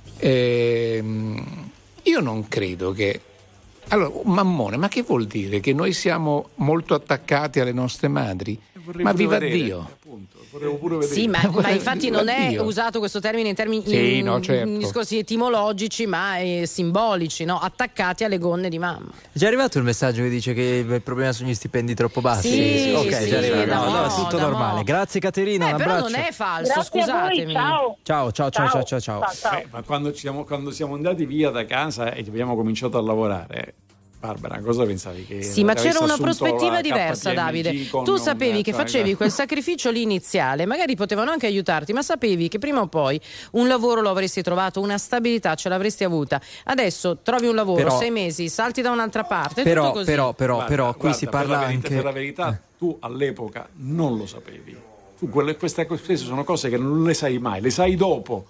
ehm, io non credo che. Allora, mammone, ma che vuol dire? Che noi siamo molto attaccati alle nostre madri? Ma viva vedere, Dio! Appunto, vorrei pure vedere. Sì, ma, ma infatti non è Dio. usato questo termine in termini Sì, in, no, certo. in discorsi etimologici, ma eh, simbolici, no? Attaccati alle gonne di mamma. È già arrivato il messaggio che dice che il problema sono gli stipendi troppo bassi? Sì, sì, ok, sì, già arrivato. da No, mo', no, è tutto da normale. mo'. Grazie Caterina, Eh, un però abbraccio. non è falso, Grazie a scusatemi. voi, ciao. Ciao, ciao, ciao, ciao, ciao, ciao. ciao. Eh, ma quando siamo, quando siamo andati via da casa e abbiamo cominciato a lavorare, Barbara, cosa pensavi? Che Sì, ma c'era una assunto prospettiva la diversa, K P M G Davide. con Tu un- sapevi che cioè, facevi quel sacrificio lì iniziale, magari potevano anche aiutarti, ma sapevi che prima o poi un lavoro lo avresti trovato, una stabilità ce l'avresti avuta. Adesso trovi un lavoro, Però- sei mesi, salti da un'altra parte, Però, tutto così. però, però, Guarda, però, qui guarda, si per parla la verità, anche. Per la verità, tu all'epoca non lo sapevi. Tu quelle, queste, queste sono cose che non le sai mai, le sai dopo.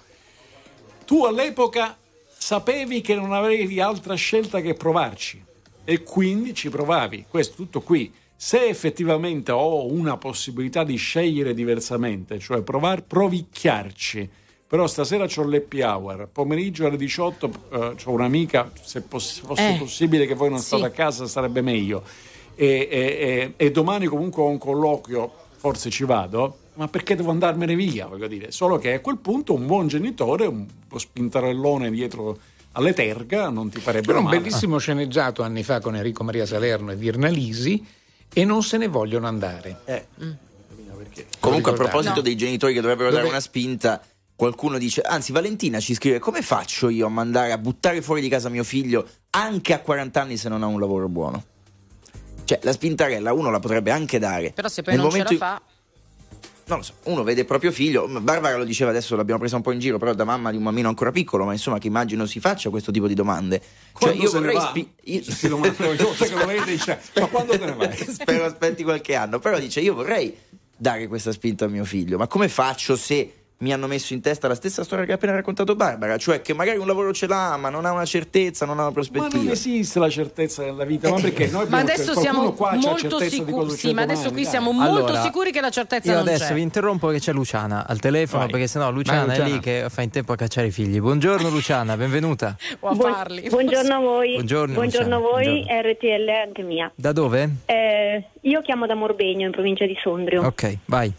Tu all'epoca sapevi che non avevi altra scelta che provarci. E quindi ci provavi, questo tutto qui. Se effettivamente ho una possibilità di scegliere diversamente, cioè provare, provicchiarci, però stasera c'ho l'happy hour, pomeriggio alle diciotto eh, c'ho un'amica, se poss- fosse Eh, possibile che voi non sì. state a casa sarebbe meglio, e, e, e, e domani comunque ho un colloquio, forse ci vado, ma perché devo andarmene via, voglio dire, solo che a quel punto un buon genitore, un po' spintarellone dietro alle terga non ti farebbero Però un male. bellissimo sceneggiato anni fa con Enrico Maria Salerno e Virnalisi, e non se ne vogliono andare. Eh. Mm. Comunque a Ricordate? proposito No. dei genitori che dovrebbero Dove- dare una spinta, qualcuno dice, anzi Valentina ci scrive: come faccio io a mandare a buttare fuori di casa mio figlio anche a quaranta anni se non ha un lavoro buono? Cioè la spintarella uno la potrebbe anche dare. Però se poi Nel non ce la momento in- fa... Non lo so, uno vede il proprio figlio, Barbara lo diceva adesso, l'abbiamo presa un po' in giro, però da mamma di un bambino ancora piccolo, ma insomma che immagino si faccia questo tipo di domande. Cioè Quando io se ne vorrei va? spi- io- Si domanda ogni volta che lo vede dice, ma quando te ne vai? Spero aspetti qualche anno, però dice io vorrei dare questa spinta a mio figlio, ma come faccio se mi hanno messo in testa la stessa storia che ha appena raccontato Barbara, cioè che magari un lavoro ce l'ha ma non ha una certezza, non ha una Ma prospettiva. non esiste la certezza nella vita, ma perché noi Ma abbiamo- adesso qualcuno siamo qua c'ha molto certezza di sicuri, cosa sì, succede ma adesso domani, qui dai. siamo molto Allora, sicuri che la certezza Io non adesso c'è. vi interrompo perché c'è Luciana al telefono, Vai. perché sennò Luciana, Vai, è Luciana. lì che fa in tempo a cacciare i figli. Buongiorno Luciana, benvenuta. O a Buon- farli. buongiorno a voi. Buongiorno, Buongiorno a Luciana. voi, Buongiorno. R T L anche mia. Da dove? Eh, io chiamo da Morbegno, in provincia di Sondrio. Ok, vai.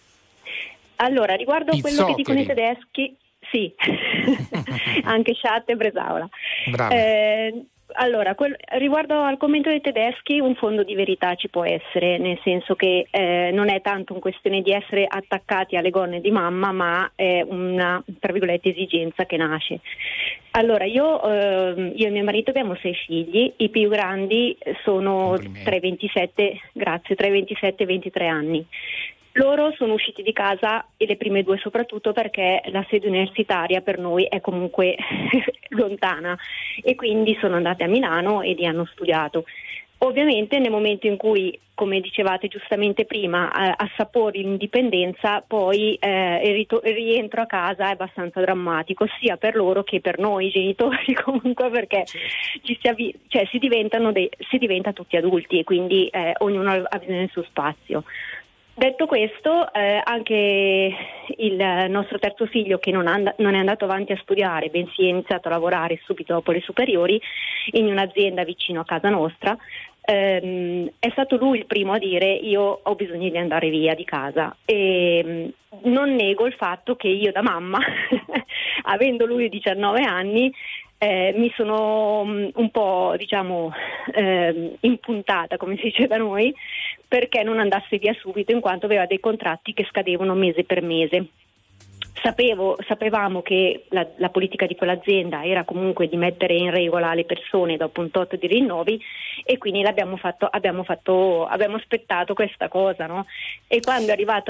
Allora, riguardo a quello che Pizzoccheri. dicono i tedeschi, sì, anche Schatte e Bresaola. Brava. Eh, Allora, quel, riguardo al commento dei tedeschi, un fondo di verità ci può essere, nel senso che eh, non è tanto una questione di essere attaccati alle gonne di mamma, ma è una, tra virgolette, esigenza che nasce. Allora, io, eh, io e mio marito abbiamo sei figli, i più grandi sono tra i ventisette, grazie, tra i ventisette e i ventitré anni. Loro sono usciti di casa, e le prime due soprattutto, perché la sede universitaria per noi è comunque lontana, e quindi sono andate a Milano e lì hanno studiato. Ovviamente nel momento in cui, come dicevate giustamente prima, eh, assapori l'indipendenza, poi eh, il, rito- il rientro a casa è abbastanza drammatico, sia per loro che per noi genitori, comunque, perché ci si, avvi- cioè, si, diventano dei- si diventa tutti adulti, e quindi eh, ognuno ha bisogno del suo spazio. Detto questo, eh, anche il nostro terzo figlio, che non, and- non è andato avanti a studiare, bensì è iniziato a lavorare subito dopo le superiori in un'azienda vicino a casa nostra, ehm, è stato lui il primo a dire: io ho bisogno di andare via di casa. E mh, non nego il fatto che io da mamma, avendo lui diciannove anni, Eh, mi sono mh, un po', diciamo, eh, impuntata, come si dice da noi, perché non andasse via subito, in quanto aveva dei contratti che scadevano mese per mese. Sapevo, sapevamo che la, la politica di quell'azienda era comunque di mettere in regola le persone dopo un tot di rinnovi, e quindi l'abbiamo fatto, abbiamo fatto, abbiamo aspettato questa cosa, no? E quando è arrivato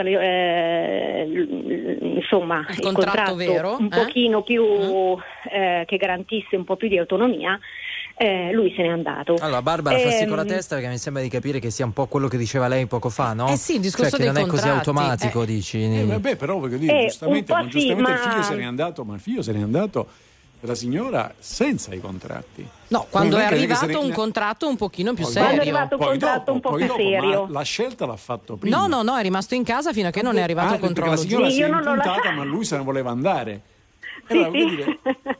eh, insomma il, il contratto, contratto vero, un eh? pochino più mm. eh, che garantisse un po' più di autonomia, eh, lui se n'è andato. Allora Barbara, ehm, fassi con la testa, perché mi sembra di capire che sia un po' quello che diceva lei poco fa, no? Eh sì, il discorso cioè che dei non è contratti, così automatico, eh. dici. Eh, vabbè, però voglio dire, Eh, giustamente, un po' ma giustamente sì, il figlio ma- se n'è andato, ma il figlio se n'è andato la signora senza i contratti. No, quando Non è che arrivato se ne- un contratto un pochino più Poi serio. Quando è arrivato un Poi contratto dopo, un po' poi più dopo, serio. ma la scelta l'ha fatto prima. No, no, no, è rimasto in casa fino a che non è arrivato Ah, il perché controllo. la signora Sì, si è io non l'ho impuntata, lasciato. ma lui se ne voleva andare. Sì, Allora, voglio sì. dire,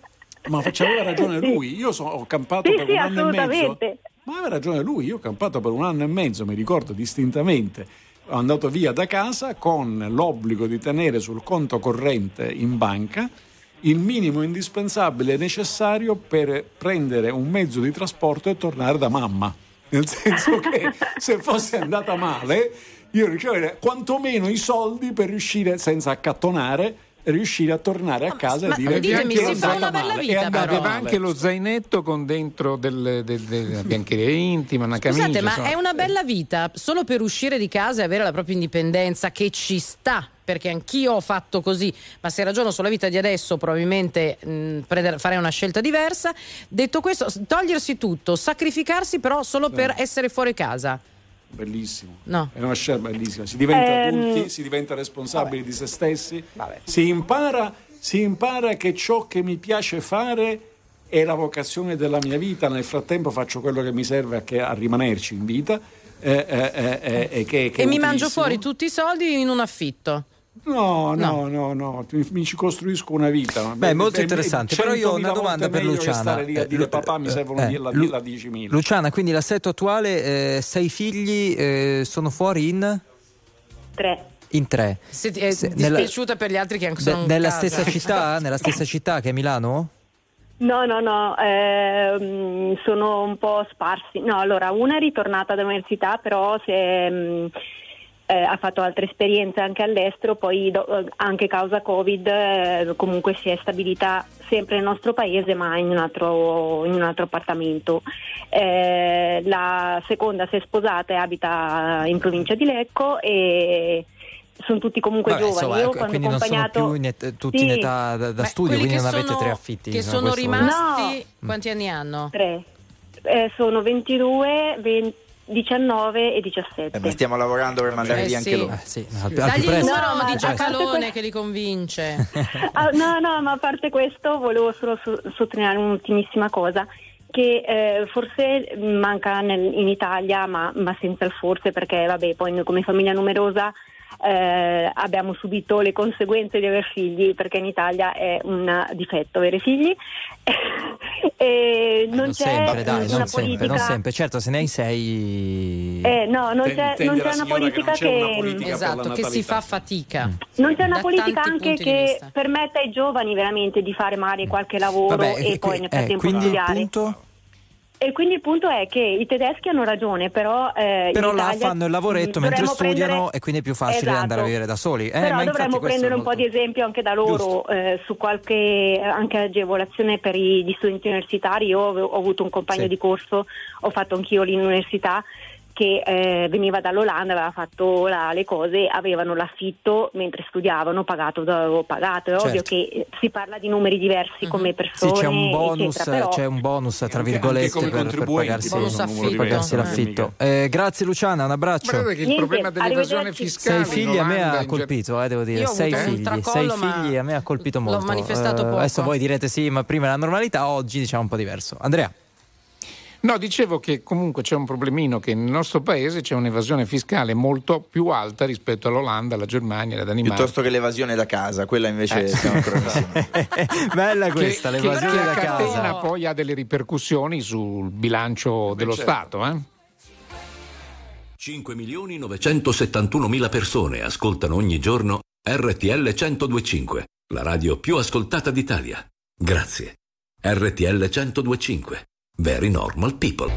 ma faceva ragione lui. Io so- ho campato Sì, per sì, un anno e mezzo. assolutamente. Ma aveva ragione lui. Io ho campato per un anno e mezzo, mi ricordo distintamente. Ho andato via da casa con l'obbligo di tenere sul conto corrente in banca il minimo indispensabile necessario per prendere un mezzo di trasporto e tornare da mamma. Nel senso che se fosse andata male, io ricevevo quantomeno i soldi per riuscire, senza accattonare, riuscire a tornare a casa ma e dire ditemi, che è si fa una andata bella male. vita, È andata però. Aveva male. anche lo zainetto con dentro del, del, della biancheria intima, una camicia. Scusate, ma insomma. è una bella vita solo per uscire di casa e avere la propria indipendenza, che ci sta, perché anch'io ho fatto così, ma se ragiono sulla vita di adesso probabilmente mh, prendere, farei una scelta diversa. Detto questo, togliersi tutto, sacrificarsi però solo Sì. per essere fuori casa. Bellissimo, No. è una scelta bellissima. Si diventa Ehm, adulti, si diventa responsabili di se stessi, si impara, si impara che ciò che mi piace fare è la vocazione della mia vita. Nel frattempo faccio quello che mi serve a, che, a rimanerci in vita. Eh, eh, eh, eh, eh, che, che E è mi mangio utilissimo. fuori tutti i soldi in un affitto. No, no, no, no, mi, mi ci costruisco una vita. Beh, molto interessante. Però io ho una domanda per Luciana. Stare lì a Eh, dire Lu- papà mi servono eh, die- la, Lu- la diecimila. Luciana, quindi l'assetto attuale, eh, sei figli, eh, sono fuori in? Tre. In tre. Se ti è Se- nella- dispiaciuta per gli altri che anche De- sono in nella casa. stessa città? Nella stessa città che è Milano? No, no, no, ehm, sono un po' sparsi. No, allora, una è ritornata all'università, però si è, mh, eh, ha fatto altre esperienze anche all'estero, poi do- anche causa Covid eh, comunque si è stabilita sempre nel nostro paese, ma in un altro, in un altro appartamento. Eh, la seconda si è sposata e abita in provincia di Lecco, e sono tutti comunque Vabbè, giovani. insomma, Io ecco, quando quindi ho non sono accompagnato più in et- tutti Sì. in età da, da Beh, studio, quelli quindi che non avete sono- tre affitti. Che insomma, sono questo- rimasti, quanti anni hanno? Tre. Eh, sono ventidue, venti, diciannove e diciassette. Eh, ma stiamo lavorando per mandare Eh, via anche sì. loro. Eh, sì, al, al più Dagli il presto. No, numero ma di a parte Giacalone que- che li convince. Ah, no, no, ma a parte questo volevo solo so- sottolineare un'ultimissima cosa, che eh, forse manca nel- in Italia, ma, ma senza il forse, perché vabbè, poi noi come famiglia numerosa eh, abbiamo subito le conseguenze di aver figli, perché inItalia è un difetto avere figli. E Eh, non, non c'è sempre, dai, una non politica. sempre, non sempre. Certo, se ne hai sei. Eh, no, non Ten- c'è, tende non la c'è una signora che politica non c'è una che politica per la Esatto, che si natalità. fa fatica. non c'è una Da politica tanti anche punti di che vista. permetta ai giovani veramente di fare magari qualche lavoro Vabbè, e eh, poi nel eh, frattempo quindi studiare. appunto. E quindi il punto è che i tedeschi hanno ragione, però eh, però in là Italia fanno il lavoretto mentre studiano prendere... e quindi è più facile esatto. andare a vivere da soli. Eh, però ma dovremmo prendere un molto... po' di esempio anche da loro eh, su qualche anche agevolazione per i, gli studenti universitari. Io ho, ho avuto un compagno sì. di corso, ho fatto anch'io l'università, che eh, veniva dall'Olanda, aveva fatto la, le cose, avevano l'affitto mentre studiavano, pagato dove avevo pagato. È certo. ovvio che si parla di numeri diversi uh-huh. come persone, sì, c'è un bonus, eccetera, però... c'è un bonus tra virgolette per, per pagarsi, affitto. pagarsi l'affitto. Eh, grazie Luciana, un abbraccio. Guardate che il Niente, problema dell'evasione fiscale sei figli a me ha in colpito, eh, devo dire, Io ho sei avuto un figli, tracollo, sei figli a me ha colpito molto. L'ho manifestato Eh, poco. adesso voi direte sì, ma prima la normalità, oggi diciamo un po' diverso. Andrea. No, dicevo che comunque c'è un problemino, che nel nostro paese c'è un'evasione fiscale molto più alta rispetto all'Olanda, alla Germania, alla Danimarca. Piuttosto che l'evasione da casa, quella invece eh. siamo ancora Bella questa, che, l'evasione che da la casa. catena poi ha delle ripercussioni sul bilancio dello certo. Stato, eh? cinque milioni novecentosettantunomila persone ascoltano ogni giorno R T L centodue e cinque, la radio più ascoltata d'Italia. Grazie. R T L centodue e cinque. Very normal people.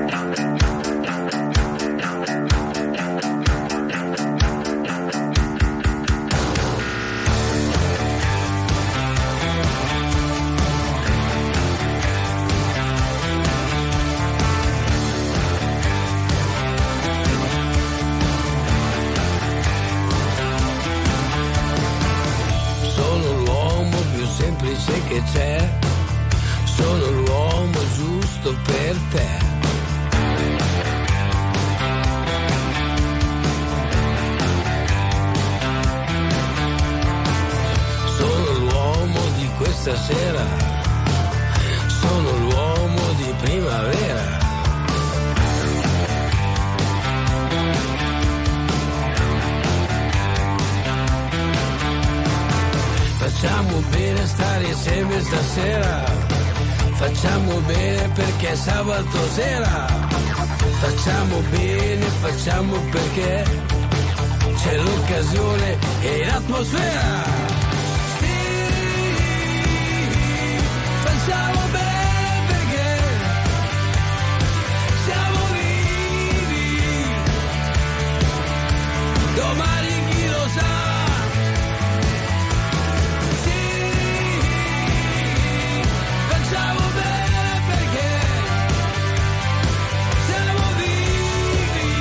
Sono l'uomo più semplice che c'è. Sono l'uomo giusto per te. Sono l'uomo di questa sera. Sono l'uomo di primavera. Facciamo bene stare insieme stasera. Facciamo bene perché è sabato sera. Facciamo bene, facciamo perché c'è l'occasione e l'atmosfera. Sì, facciamo bene perché siamo vivi. Domani chi lo sa. Facciamo bene perché siamo vivi.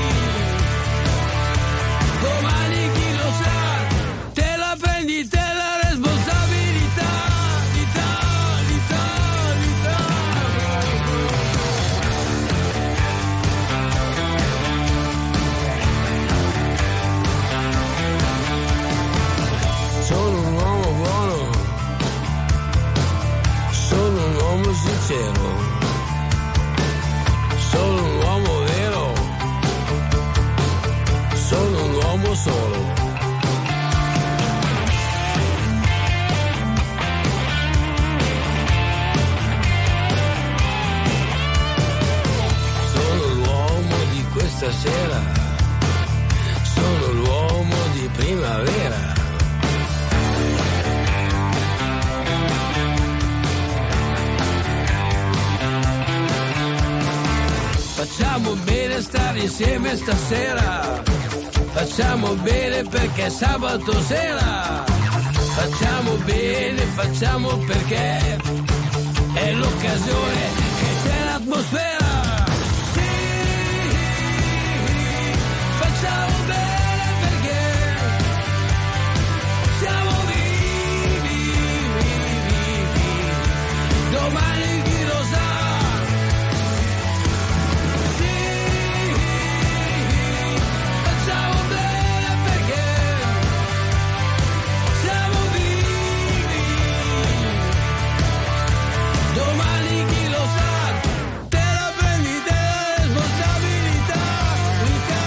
Domani chi lo sa. Te la prendi te la responsabilità. L'Italia, l'Italia. Sono un uomo buono. Sono un uomo sincero, sono un uomo vero, sono un uomo solo. Sono l'uomo di questa sera, sono l'uomo di primavera. Facciamo bene stare insieme stasera. Facciamo bene perché è sabato sera. Facciamo bene, facciamo perché è l'occasione e c'è l'atmosfera. Sì, facciamo bene perché siamo vivi, vivi, vivi. Domani chi lo sa. Domani chi lo sa, te la prendi te la responsabilità, l'Italia,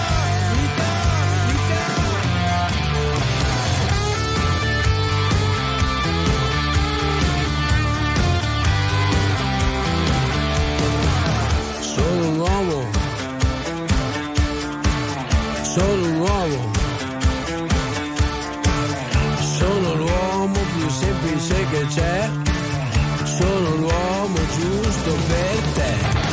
l'Italia. Sono un uomo, sono un uomo, sono l'uomo più semplice che c'è. Sono l'uomo giusto per te.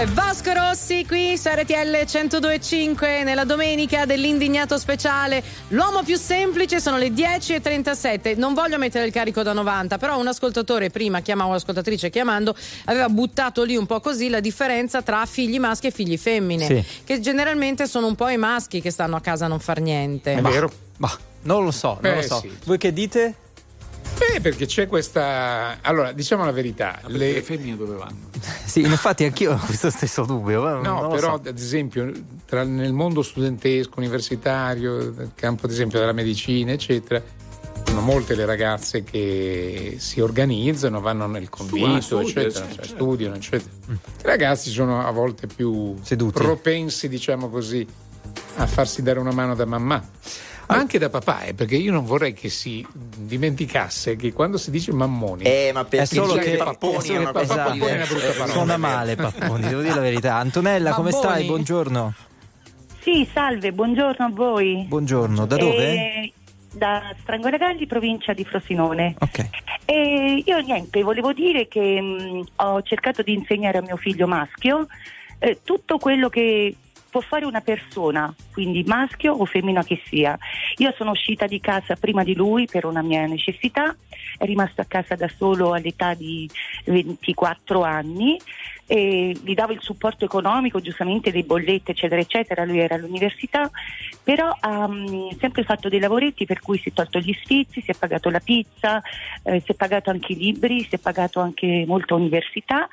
È Vasco Rossi qui su R T L centodue e cinque nella domenica dell'indignato speciale. L'uomo più semplice, sono le dieci e trentasette. Non voglio mettere il carico da novanta, però un ascoltatore prima chiamava, un'ascoltatrice chiamando, aveva buttato lì un po' così la differenza tra figli maschi e figli femmine, sì, che generalmente sono un po' i maschi che stanno a casa a non far niente. È vero? Ma non lo so, non Beh, lo so. sì. Voi che dite? Beh, perché c'è questa. Allora, diciamo la verità. Le... le femmine dove vanno? Sì, infatti anch'io ho questo stesso dubbio. Ma no, non però, lo so. ad esempio, tra, nel mondo studentesco, universitario, nel campo, ad esempio, della medicina, eccetera, sono molte le ragazze che si organizzano, vanno nel convito, studio, eccetera, eccetera, cioè, certo. studiano, eccetera. I ragazzi sono a volte più seduti, propensi, diciamo così, a farsi dare una mano da mamma. Ma anche da papà, eh, perché io non vorrei che si dimenticasse che quando si dice mammoni eh, ma perché è solo che papponi, è solo è una cosa esatto, diversa. è una brutta parola. Suona male papponi, devo dire la verità. Antonella, come Mabboni? stai? Buongiorno. Sì, salve, buongiorno a voi. Buongiorno, da dove? Eh, da Strangolagalli, provincia di Frosinone. Ok. E io niente, volevo dire che mh, ho cercato di insegnare a mio figlio maschio eh, tutto quello che può fare una persona, quindi maschio o femmina che sia. Io sono uscita di casa prima di lui per una mia necessità, è rimasto a casa da solo all'età di ventiquattro anni e gli davo il supporto economico, giustamente dei bollette eccetera eccetera, lui era all'università, però ha um, sempre fatto dei lavoretti per cui si è tolto gli sfizi, si è pagato la pizza, eh, si è pagato anche i libri, si è pagato anche molta università.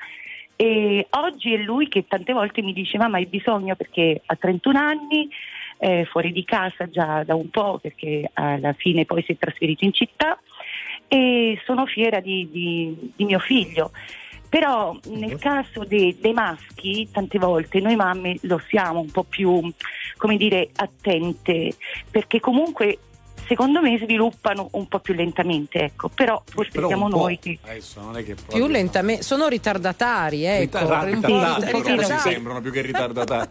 E oggi è lui che tante volte mi dice: mamma, hai bisogno, perché ha trentuno anni, eh, fuori di casa già da un po', perché alla fine poi si è trasferito in città, e sono fiera di, di, di mio figlio. Però nel caso dei, dei maschi, tante volte noi mamme lo siamo un po' più, come dire, attente, perché comunque secondo me sviluppano un po' più lentamente, ecco, però forse però siamo noi che adesso non è che più lentamente sono ritardatari, ecco. Ritar- un po' ritardatari, ritardatari. però si sembrano più che ritardatari.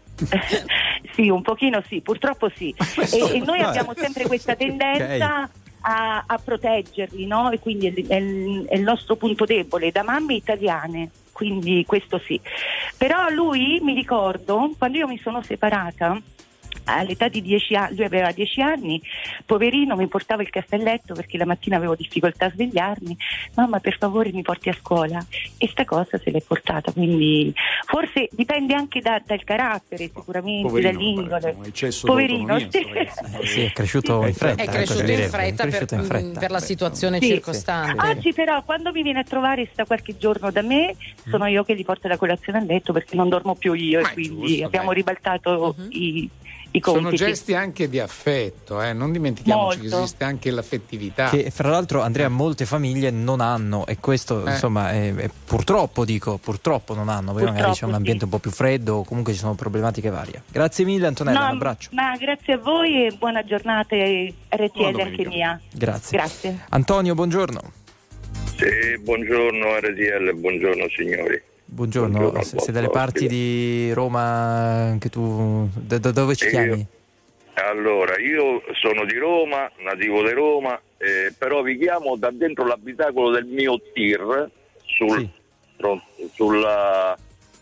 sì, un pochino sì, purtroppo sì. E, e noi abbiamo sempre questa tendenza Ok. a, a proteggerli, no? E quindi è, è il- è il nostro punto debole da mamme italiane. Quindi questo sì. Però lui, mi ricordo, quando io mi sono separata, all'età di dieci anni, lui aveva dieci anni, poverino, mi portava il castelletto perché la mattina avevo difficoltà a svegliarmi. Mamma, per favore mi porti a scuola, e sta cosa se l'è portata, quindi forse dipende anche da, dal carattere, sicuramente, Poverino, dall'indole. un eccesso Poverino, d'autonomia, sì. Sì, è cresciuto in fretta. È ecco, cresciuto si in direbbe. fretta, È cresciuto per, in fretta. per la situazione Sì. circostante. Oggi però quando mi viene a trovare, sta qualche giorno da me, sono io che gli porto la colazione a letto perché non dormo più io, e quindi giusto, abbiamo dai. ribaltato Mhm. i, i sono compiti. gesti anche di affetto, eh? Non dimentichiamoci Molto. che esiste anche l'affettività. Che fra l'altro, Andrea, molte famiglie non hanno, e questo Eh. insomma è, è- purtroppo dico purtroppo non hanno, poi magari Purtroppo, c'è un ambiente sì. un po' più freddo o comunque ci sono problematiche varie. Grazie mille Antonella, No, un abbraccio. ma grazie a voi e buona giornata, e R T L Buona anche domenica. mia. Grazie. Grazie. Antonio, buongiorno. Sì, buongiorno R T L, buongiorno signori. Buongiorno, Buongiorno, se- sei dalle buon parti di Roma anche tu, da, da dove ci E chiami? io- Allora, io sono di Roma, nativo di Roma, eh, però vi chiamo da dentro l'abitacolo del mio tir sul, Sì. tro- sulla,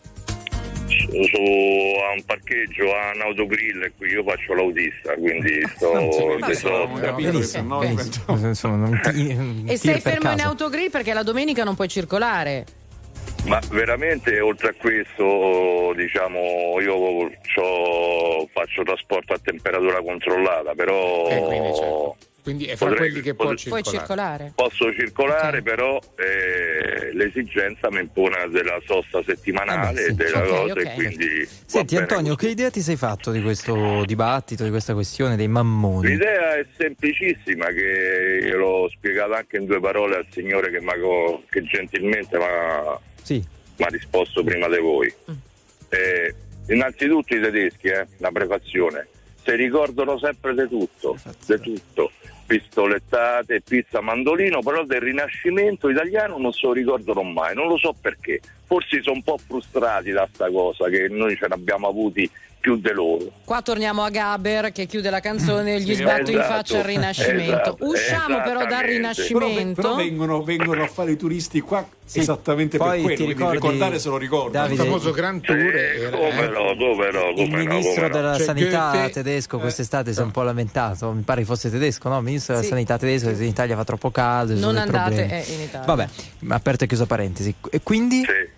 su, su a un parcheggio, a un autogrill, e qui io faccio l'autista, quindi sto Ah, de sì, sotto. abbiamo capito che se no Benissimo. Insomma, un ti- un E tir sei per fermo in caso. autogrill perché la domenica non puoi circolare. Ma veramente, oltre a questo, diciamo, io c'ho- faccio trasporto a temperatura controllata, però Eh, quindi, certo. Quindi è fra Potrei- quelli che può potrei- Puoi circolare. circolare. posso circolare, Ok. però eh, l'esigenza mi impone della sosta settimanale Eh beh, sì. e della Ok, cosa, ok. e quindi va Senti bene Antonio, così. che idea ti sei fatto di questo dibattito, di questa questione dei mammoni? L'idea è semplicissima, che io l'ho spiegata anche in due parole al signore che, m'ha co- che gentilmente mi ha Sì. risposto prima di voi. Eh, innanzitutto i tedeschi, eh, la prefazione, si ricordano sempre di tutto, di tutto, pistolettate, pizza, mandolino, però del Rinascimento italiano non se lo ricordano mai, non lo so perché, forse sono un po' frustrati da sta cosa, che noi ce ne abbiamo avuti più di loro. Qua torniamo a Gaber che chiude la canzone, gli Sì, sbatto in esatto, faccia il Rinascimento. esatto, Usciamo però dal Rinascimento. Però, però vengono, vengono a fare i turisti qua Sì, esattamente poi per ti quello, quindi ricordi, ricordare se lo ricordo. Davide, Il famoso Grand Tour Eh, era, come eh. no, come no, come il no, ministro come no. della Cioè, sanità Goethe- tedesco eh, quest'estate si è un po' lamentato, mi pare che fosse tedesco, no? Il ministro della Sì. sanità tedesco, in Italia fa troppo caldo, ci Non sono dei andate problemi. eh, in Italia. Vabbè, aperta e chiusa parentesi. E quindi? Sì.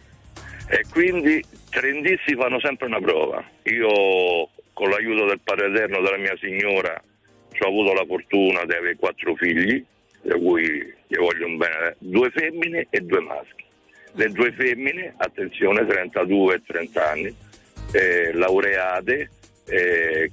E quindi trendisti fanno sempre una prova. Io, con l'aiuto del Padre Eterno della mia signora, ho avuto la fortuna di avere quattro figli, di cui gli voglio un bene, due femmine e due maschi. Le due femmine, attenzione, trentadue e trenta anni, eh, laureate, eh,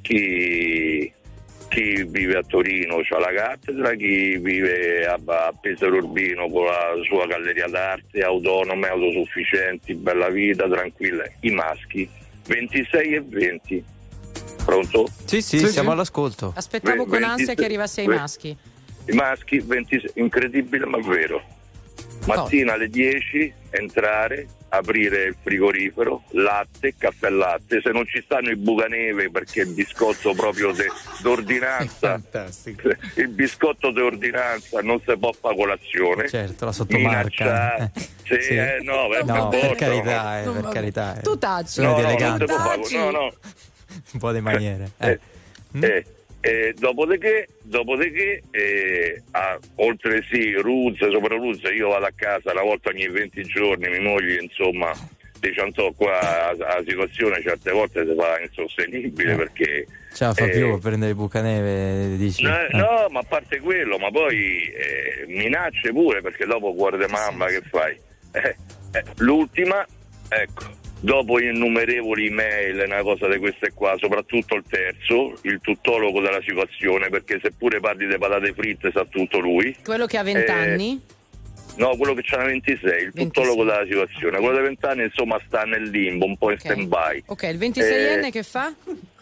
chi, chi vive a Torino c'ha la cattedra, chi vive a, a Pesaro Urbino con la sua galleria d'arte, autonome, autosufficienti, bella vita, tranquilla. I maschi, ventisei e venti. Pronto? Sì, sì, Sì, siamo sì. all'ascolto. Aspettavo Ve- con ansia ventisei che arrivasse ai ve- maschi. I maschi, ventisei, incredibile ma vero. Mattina alle dieci entrare, aprire il frigorifero, latte, caffè latte, se non ci stanno i bucaneve perché il biscotto proprio de, d'ordinanza, Fantastico. il biscotto d'ordinanza non si può fare colazione. Certo, la sottomarca. Minacciare. Sì, Sì. eh, no, per No, favore, per carità, eh, Non per va- carità. eh. Tu taci. No, No, di no, non si eleganza. può fare, Taci. no, no. Un po' di maniere. Eh. Eh, eh, eh, dopodiché, dopodiché eh, ah, oltre sì, Ruzza, sopra Ruzza, io vado a casa una volta ogni venti giorni, mia moglie, insomma, diciamo so, qua la, la situazione certe volte si fa insostenibile Eh. perché Ce la fa eh, più a prendere i bucaneve, dici? No, Eh. no, ma a parte quello, ma poi eh, minacce pure perché dopo cuore di mamma che fai? Eh, eh, l'ultima, ecco, dopo innumerevoli email, una cosa di queste qua, soprattutto il terzo, il tuttologo della situazione, perché seppure parli di patate fritte sa tutto lui. Quello che ha vent'anni? No, quello che c'ha ventisei, il tuttologo della situazione. Quello dei vent'anni insomma sta nel limbo, un po' in Ok. stand-by. Ok, il ventiseienne Eh, che fa?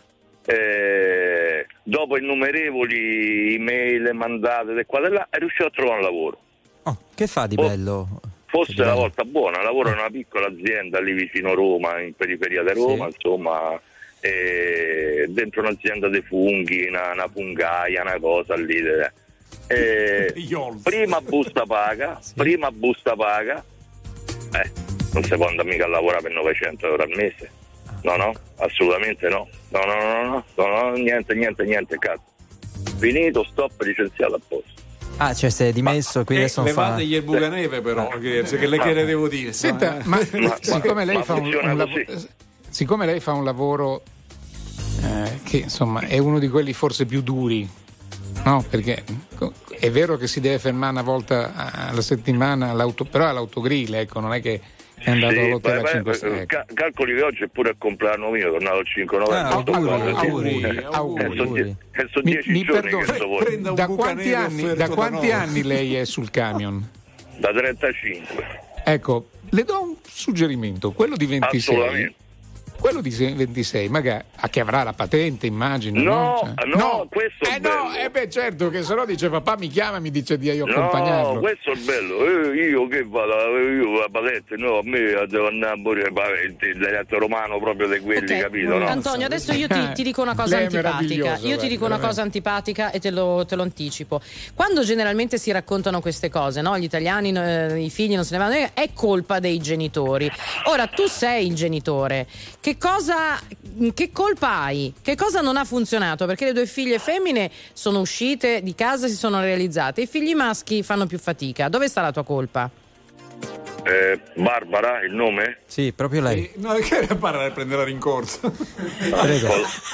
Eh, dopo innumerevoli email mandate da qua e da là, è riuscito a trovare un lavoro. Oh, che fa di Oh. bello? Fosse Che la bello. volta buona, lavora in una piccola azienda lì vicino Roma, in periferia di Roma, Sì. insomma, eh, dentro un'azienda dei funghi, una, una fungaia, una cosa lì. Eh, prima busta paga, prima busta paga, eh, non si può andare mica a lavorare per novecento euro al mese. No, no, assolutamente no. No, no, no, no, no, no, niente, niente, niente, cazzo. Finito, stop, licenziato a posto. Ah, cioè si è dimesso, quindi Eh, adesso non fa... levategli il bucaneve però, che, che le che le devo dire? Senta, Eh. ma, Ma- siccome, lei ma fa un, funziona un così. lav- siccome lei fa un lavoro eh, che insomma è uno di quelli forse più duri, no? Perché è vero che si deve fermare una volta alla settimana, all'auto, però all'autogrill, ecco, non è che è andato Sì, all'hotel a beh, cinque beh, stelle. ca- calcoli che oggi è pure il compleanno mio, tornato il cinque novembre. Ah, sto auguri, qua, sì. auguri, Eh, auguri. eh, sono die- eh, sono Mi, dieci mi giorni perdoni, che sto fuori. Prenda un da quanti, bucaneve anni, offerto da da quanti noi. anni lei è sul camion? Da trentacinque. Ecco, le do un suggerimento, quello di ventisei. Assolutamente. Quello di ventisei, magari a che avrà la patente, immagino. No, Cioè- no, questo è eh no, bello. eh beh, certo, che se no dice papà mi chiama, mi dice di io No, accompagnarlo. questo è il bello. Eh, io che vado, io la patente, no, a me devo andare a morire il dialetto romano proprio di quelli, Ok, capito? No? Antonio, adesso io ti, ti dico una cosa Lei è antipatica. meraviglioso, Io ti dico una guarda, cosa antipatica e te lo, te lo anticipo. Quando generalmente si raccontano queste cose, no? Gli italiani, eh, i figli non se ne vanno, eh, è colpa dei genitori. Ora, tu sei il genitore. Che cosa, che colpa hai? Che cosa non ha funzionato? Perché le due figlie femmine sono uscite di casa, si sono realizzate. I figli maschi fanno più fatica. Dove sta la tua colpa? Eh, Barbara, il nome? Sì, proprio lei. Eh, No, che parla di prendere la rincorsa? Prego,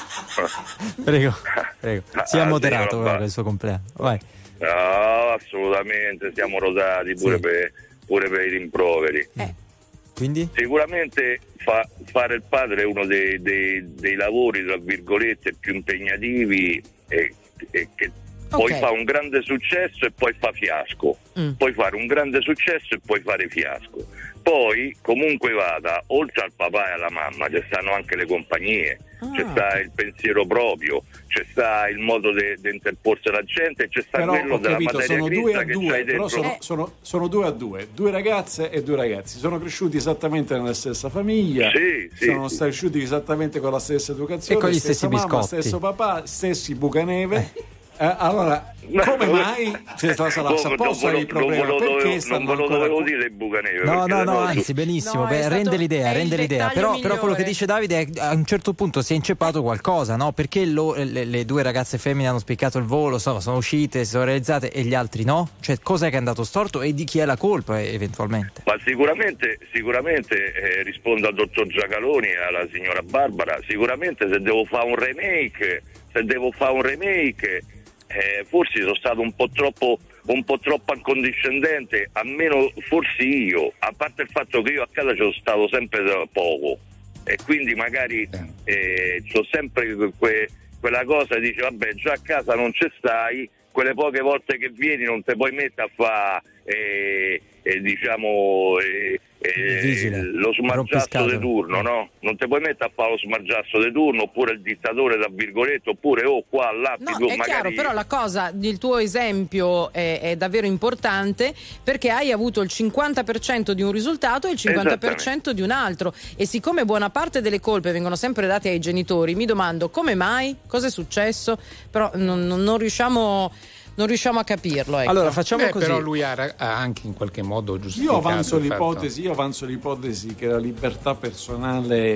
prego, prego. Sia Ah, moderato signora guarda, Bar- il suo compleanno. Vai. No, assolutamente, siamo rotati pure, Sì. per, pure per i rimproveri. Quindi? Sicuramente fa- fare il padre è uno dei, dei- dei lavori, tra virgolette, più impegnativi e, e che poi Ok. fa un grande successo e poi fa fiasco. Mm. Puoi fare un grande successo e poi fare fiasco. Poi, comunque vada, oltre al papà e alla mamma, ci stanno anche le compagnie. ah. c'è sta il pensiero proprio, c'è sta il modo di interporsi alla gente, c'è sta però, quello della capito, materia sono grigia due a che due, c'hai però dentro. sono, sono, sono due a due, due ragazze e due ragazzi, sono cresciuti esattamente nella stessa famiglia, sì, sì, sono sì. cresciuti esattamente con la stessa educazione, e con gli stessa stessi mamma, biscotti. stesso papà, stessi bucaneve. Eh, allora, come mai cioè, sarà, sarà, Non- posso non- il problema? non ve lo Perché dovevo- stanno non ve lo ancora dovevo qua? dire bucaneve. No, perché no, no, sennò- anzi, benissimo. No, è Beh, stato- rende l'idea, è il rende l'idea. dettaglio Però, però quello che migliore. dice Davide è che a un certo punto si è inceppato qualcosa, no? Perché lo- le, le due ragazze femmine hanno spiccato il volo, so, sono uscite, si sono realizzate e gli altri no? Cioè, cos'è che è andato storto e di chi è la colpa eh, eventualmente? Ma sicuramente, sicuramente eh, rispondo al dottor Giacaloni e alla signora Barbara, sicuramente se devo fare un remake, se devo fare un remake, eh, forse sono stato un po' troppo un po' troppo accondiscendente, almeno forse io, a parte il fatto che io a casa ci sono stato sempre da poco e quindi magari eh, c'ho sempre que- quella cosa, dice vabbè già a casa non ci stai, quelle poche volte che vieni non te puoi mettere a fare eh, eh, diciamo eh, eh, lo smargiasso di turno, no? Non ti puoi mettere a fare lo smargiasso di turno oppure il dittatore tra virgolette oppure oh qua là No, tu, è magari... chiaro, però la cosa, il tuo esempio è, è davvero importante perché hai avuto il cinquanta per cento di un risultato e il cinquanta per cento di un altro e siccome buona parte delle colpe vengono sempre date ai genitori, mi domando come mai, cosa è successo, però non, non, non riusciamo... Non riusciamo a capirlo. Ecco. Allora facciamo Beh, così. però lui ha, ha anche in qualche modo giustificato. Io avanzo il l'ipotesi, io avanzo l'ipotesi che la libertà personale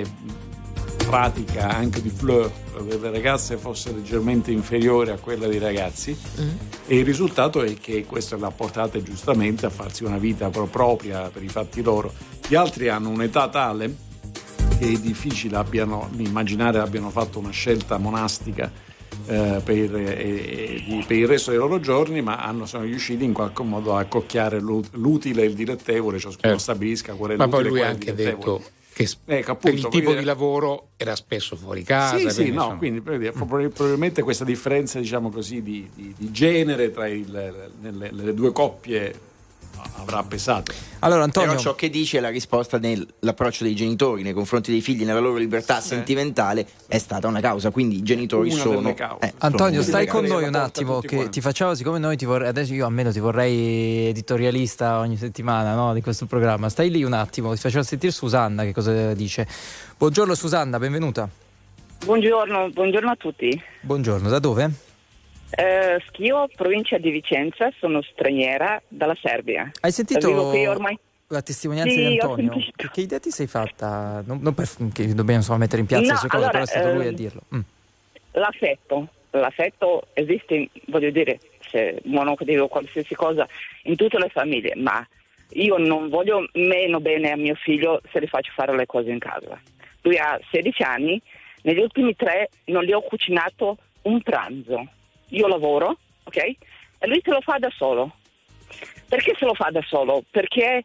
pratica anche di Fleur delle ragazze fosse leggermente inferiore a quella dei ragazzi mm. e il risultato è che questo l'ha portata giustamente a farsi una vita pro- propria per i fatti loro. Gli altri hanno un'età tale che è difficile abbiano, immaginare abbiano fatto una scelta monastica Eh, per, eh, di, per il resto dei loro giorni, ma hanno, sono riusciti in qualche modo a accocchiare l'utile e il dilettevole, ciascuno eh. stabilisca qual è ma l'utile. poi lui ha anche detto che ecco, appunto, per il tipo quindi, di lavoro era spesso fuori casa. Sì, sì, no, insomma. quindi probabilmente questa differenza, diciamo così, di, di, di genere tra il, nelle, nelle due coppie avrà pesato. Allora, Antonio, però ciò che dice la risposta nell'approccio dei genitori nei confronti dei figli nella loro libertà sì. sentimentale è stata una causa, quindi i genitori una sono eh, Antonio sono stai con noi un attimo che quanti. Ti facciamo, siccome noi ti vorrei, adesso io almeno ti vorrei editorialista ogni settimana, no, di questo programma, stai lì un attimo, ti facciamo sentire Susanna che cosa dice. Buongiorno Susanna, benvenuta. Buongiorno, buongiorno a tutti. Buongiorno, da dove? Eh, Schio, provincia di Vicenza, sono straniera dalla Serbia. Hai sentito Vivo qui ormai... la testimonianza sì, di Antonio? Che idea ti sei fatta? Non, non per, che dobbiamo solo mettere in piazza no, le sue cose, allora, però è stato lui a ehm, dirlo. Mm. L'affetto, l'affetto esiste, voglio dire, se buono che dico qualsiasi cosa, in tutte le famiglie, ma io non voglio meno bene a mio figlio se le faccio fare le cose in casa. Lui ha sedici anni, negli ultimi tre non gli ho cucinato un pranzo. Io lavoro, ok? E lui se lo fa da solo. Perché se lo fa da solo? Perché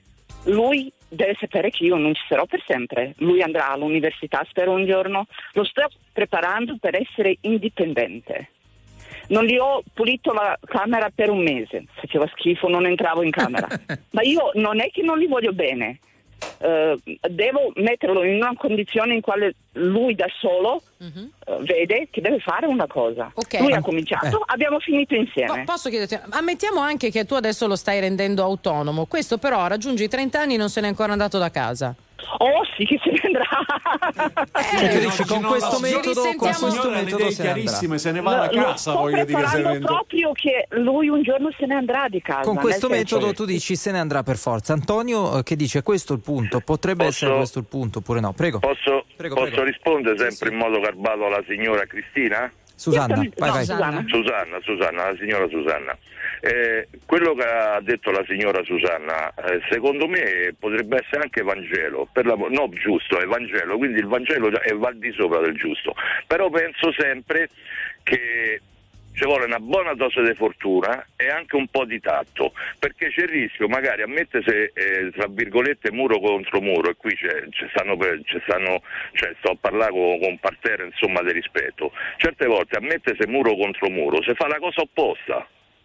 lui deve sapere che io non ci sarò per sempre. Lui andrà all'università, spero un giorno. Lo sto preparando per essere indipendente. Non gli ho pulito la camera per un mese. Faceva schifo, non entravo in camera. Ma io non è che non gli voglio bene. Uh, devo metterlo in una condizione in quale lui da solo uh-huh. uh, vede che deve fare una cosa. Okay. Lui ha cominciato, eh. abbiamo finito insieme. Po- posso chiederti, ammettiamo anche che tu adesso lo stai rendendo autonomo, questo però raggiunge i trenta anni e non se n'è ancora andato da casa. Oh sì che se ne andrà. Cioè, tu dici con questo metodo, con questo metodo se ne chiarissime, se ne va no, da casa, no, voglio dire, se ne proprio che lui un giorno se ne andrà di casa. Con questo metodo senso... tu dici se ne andrà per forza. Antonio che dice questo è il punto, potrebbe posso, essere questo il punto oppure no? Prego. Posso, prego, posso prego. rispondere sempre sì. in modo garbato alla signora Cristina? Susanna, vai, no, vai. Susanna. Susanna, Susanna, la signora Susanna. Eh, quello che ha detto la signora Susanna, eh, secondo me potrebbe essere anche Vangelo, per la, no giusto, è Vangelo, quindi il Vangelo è va al di sopra del giusto. Però penso sempre che ci vuole una buona dose di fortuna e anche un po' di tatto, perché c'è il rischio magari a mettersi eh, tra virgolette muro contro muro, e qui c'è, c'è stanno, c'è stanno, cioè sto a parlare con, con parterre insomma di rispetto, certe volte a mettersi muro contro muro si fa la cosa opposta.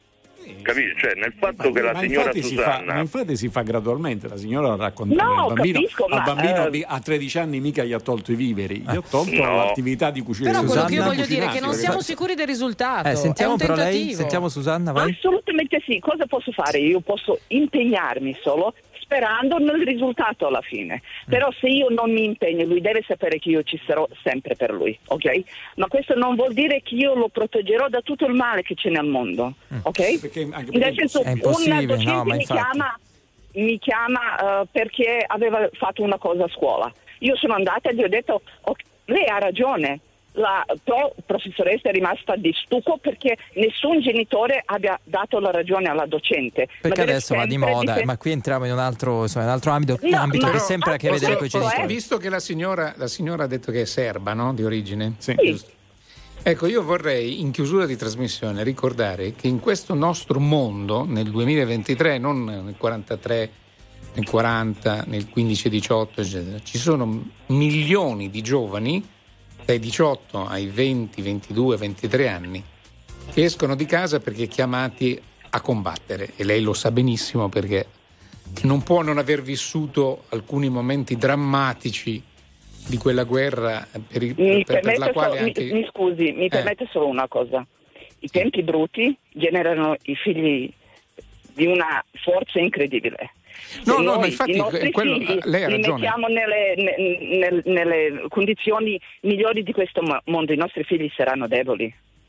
Capisci? Cioè, nel fatto che la ma signora infatti si fa, Susanna... ma infatti si fa gradualmente, la signora racconta No, al bambino, capisco, al ma, bambino eh, a tredici anni mica gli ha tolto i viveri, gli ha tolto No. l'attività di cucina. Però quello che io Susanna voglio dire è che non cucinare. siamo sicuri del risultato. Eh, sentiamo è un però lei, tentativo. sentiamo Susanna, vai. Assolutamente sì, cosa posso fare? Io posso impegnarmi solo sperando nel risultato alla fine, però se io non mi impegno lui deve sapere che io ci sarò sempre per lui, ok? Ma questo non vuol dire che io lo proteggerò da tutto il male che c'è nel mondo, ok? Perché, anche perché Nel senso, è impossibile, una docente no, ma mi infatti. chiama mi chiama uh, perché aveva fatto una cosa a scuola, io sono andata e gli ho detto ok, lei ha ragione. La pro- professoressa è rimasta di stucco perché nessun genitore abbia dato la ragione alla docente. Perché Ma deve adesso va di sempre moda, difend- ma qui entriamo in un altro, insomma, in un altro ambito, No, ambito ma- che sempre ha a che vedere con i Posso- posso- genitori. Visto che la signora, la signora ha detto che è serba, no? Di origine? Sì. Giusto. Ecco, io vorrei in chiusura di trasmissione ricordare che in questo nostro mondo, nel duemilaventitré, non nel quarantatré, nel quaranta, nel quindici diciotto, eccetera, ci sono milioni di giovani dai diciotto ai venti, ventidue, ventitré anni che escono di casa perché chiamati a combattere, e lei lo sa benissimo perché non può non aver vissuto alcuni momenti drammatici di quella guerra per, il- Mi, per- per permette la quale solo- anche mi, mi scusi, mi Eh. permette solo una cosa. I tempi brutti generano i figli di una forza incredibile. No, Se no, noi, ma infatti i nostri quello- figli lei ha li ragione. mettiamo nelle, ne- nel- nelle condizioni migliori di questo mo- mondo, i nostri figli saranno deboli.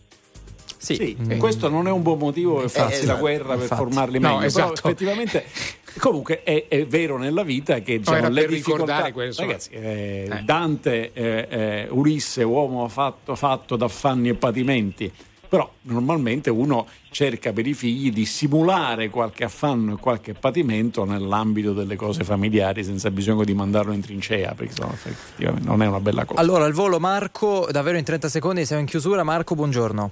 Sì, e questo non è un buon motivo per farsi esatto. la guerra per Infatti. formarli No, meglio. esatto. Però effettivamente, comunque è, è vero nella vita che diciamo, era le per difficoltà. ricordare questo. Ragazzi, eh, Dante, eh, eh, Ulisse, uomo fatto, fatto d'affanni e patimenti. Però normalmente uno cerca per i figli di simulare qualche affanno e qualche patimento nell'ambito delle cose familiari senza bisogno di mandarlo in trincea, perché insomma, effettivamente non è una bella cosa. Allora, al volo Marco, davvero in trenta secondi siamo in chiusura. Marco, buongiorno.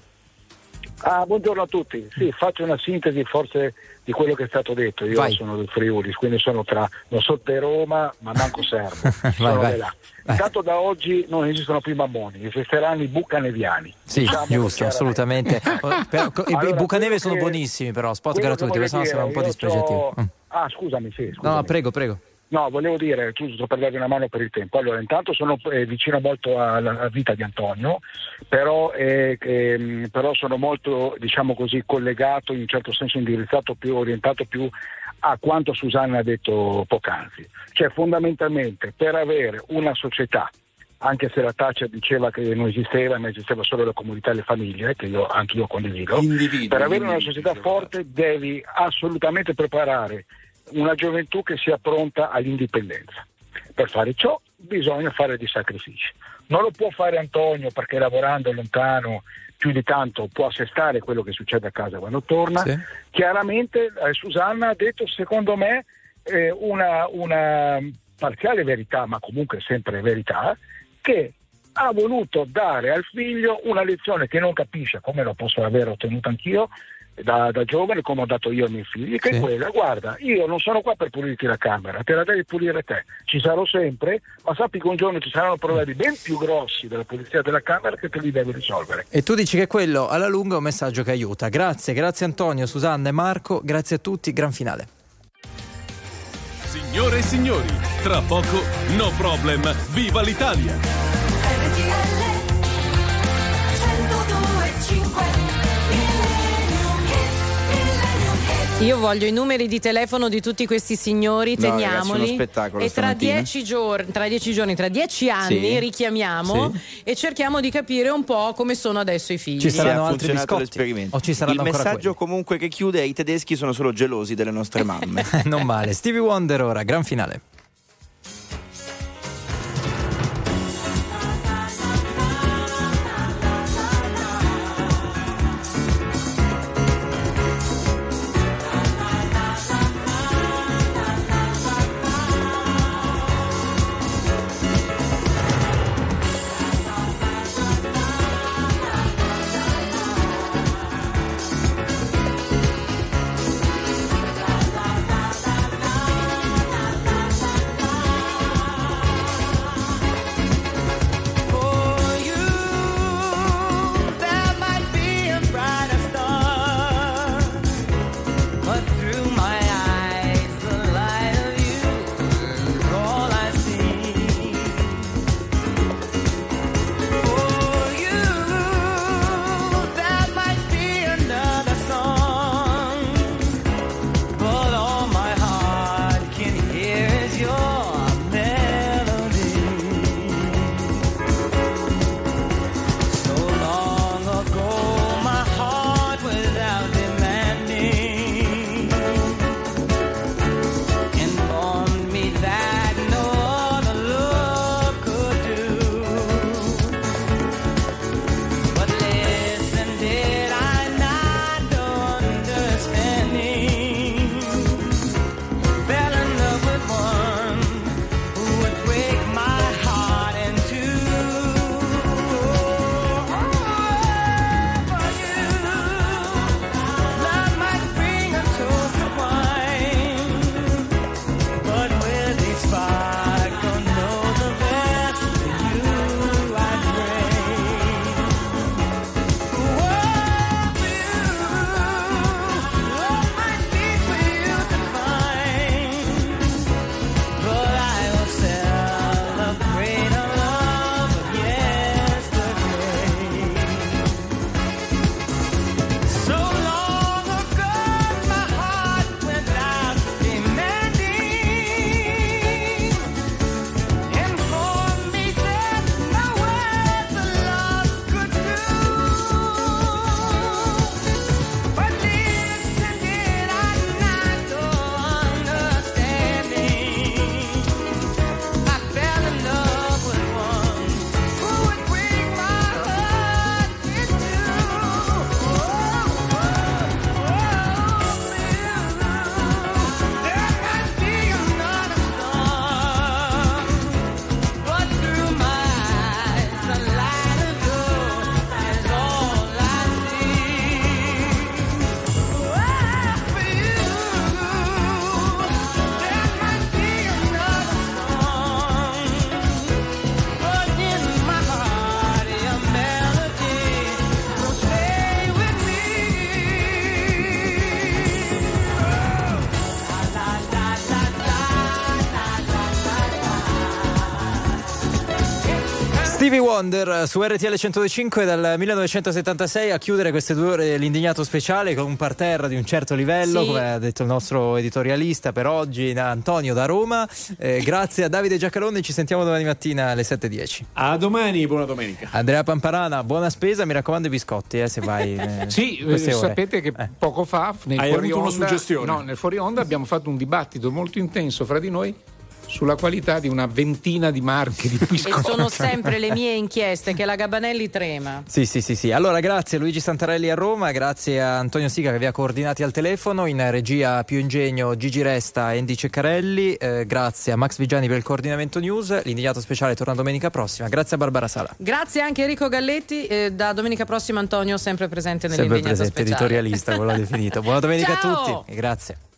Ah, buongiorno a tutti. Sì, faccio una sintesi forse di quello che è stato detto. Io Vai. sono del Friuli, quindi sono tra, non so per Roma, ma manco serbo. sono vai. di là. Intanto da oggi non esistono più mammoni, esisteranno i bucaneviani. Sì, Diciamolo giusto, assolutamente. Oh, però, co- i- Allora, I Bucaneve quello sono che- buonissimi, però spot quello che gratuiti, voglio sennò dire, sarà un po' io dispregiativo. c'ho- Mm. Ah, scusami, sì, scusami. No, no, prego, prego. No, volevo dire, giusto per darvi una mano per il tempo. Allora, intanto sono eh, vicino molto alla, alla vita di Antonio, però, eh, ehm, però sono molto, diciamo così, collegato, in un certo senso indirizzato più, orientato più a quanto Susanna ha detto poc'anzi. Cioè, fondamentalmente, per avere una società, anche se la Thatcher diceva che non esisteva, ma esisteva solo la comunità e le famiglie, che io anche io condivido, Individui, per avere una individui, società forte devi assolutamente preparare una gioventù che sia pronta all'indipendenza. Per fare ciò bisogna fare dei sacrifici. Non lo può fare Antonio perché lavorando lontano più di tanto può assestare quello che succede a casa quando torna. Sì. Chiaramente eh, Susanna ha detto, secondo me, eh, una, una parziale verità, ma comunque sempre verità, che ha voluto dare al figlio una lezione che non capisce, come lo posso aver ottenuto anch'io da, da giovane, come ho dato io ai miei figli, che Sì. è quella: guarda, io non sono qua per pulirti la camera, te la devi pulire te, ci sarò sempre, ma sappi che un giorno ci saranno problemi ben più grossi della pulizia della camera che te li devi risolvere. E tu dici che quello alla lunga è un messaggio che aiuta. Grazie, grazie Antonio, Susanna e Marco, grazie a tutti, gran finale. Signore e signori, tra poco No Problem, viva l'Italia! Io voglio i numeri di telefono di tutti questi signori, No, ragazzi, teniamoli. uno spettacolo e tra stamattina. dieci giorni, tra dieci giorni, tra dieci anni Sì. richiamiamo e cerchiamo di capire un po' come sono adesso i figli. Ci Se saranno ha altri funzionato biscotti? l'esperimento. O ci saranno Il ancora messaggio comunque che chiude è: i tedeschi sono solo gelosi delle nostre mamme. Non male. Stevie Wonder ora, gran finale. Stevie Wonder su R T L centodue e cinque dal millenovecentosettantasei a chiudere queste due ore dell'indignato speciale con un parterre di un certo livello, sì, come ha detto il nostro editorialista per oggi, Antonio da Roma. Eh, grazie a Davide Giacalone, ci sentiamo domani mattina alle sette e dieci. A domani, buona domenica. Andrea Pamparana, buona spesa, mi raccomando i biscotti eh, se vai. Eh, sì, sapete che eh. poco fa nel Hai fuori avuto onda, una suggestione? No, nel fuori onda abbiamo fatto un dibattito molto intenso fra di noi sulla qualità di una ventina di marche di biscotti. E sono sempre le mie inchieste che la Gabanelli trema. Sì, sì, sì, sì. Allora, grazie a Luigi Santarelli a Roma, grazie a Antonio Sica che vi ha coordinati al telefono, in regia Più Ingegno Gigi Resta e Andy Ceccarelli, eh, grazie a Max Vigiani per il coordinamento news. L'indignato speciale torna domenica prossima. Grazie a Barbara Sala. Grazie anche a Enrico Galletti, eh, da domenica prossima Antonio sempre presente nell'indignato sempre presente, speciale. editorialista, quello definito. Buona domenica Ciao! a tutti e grazie.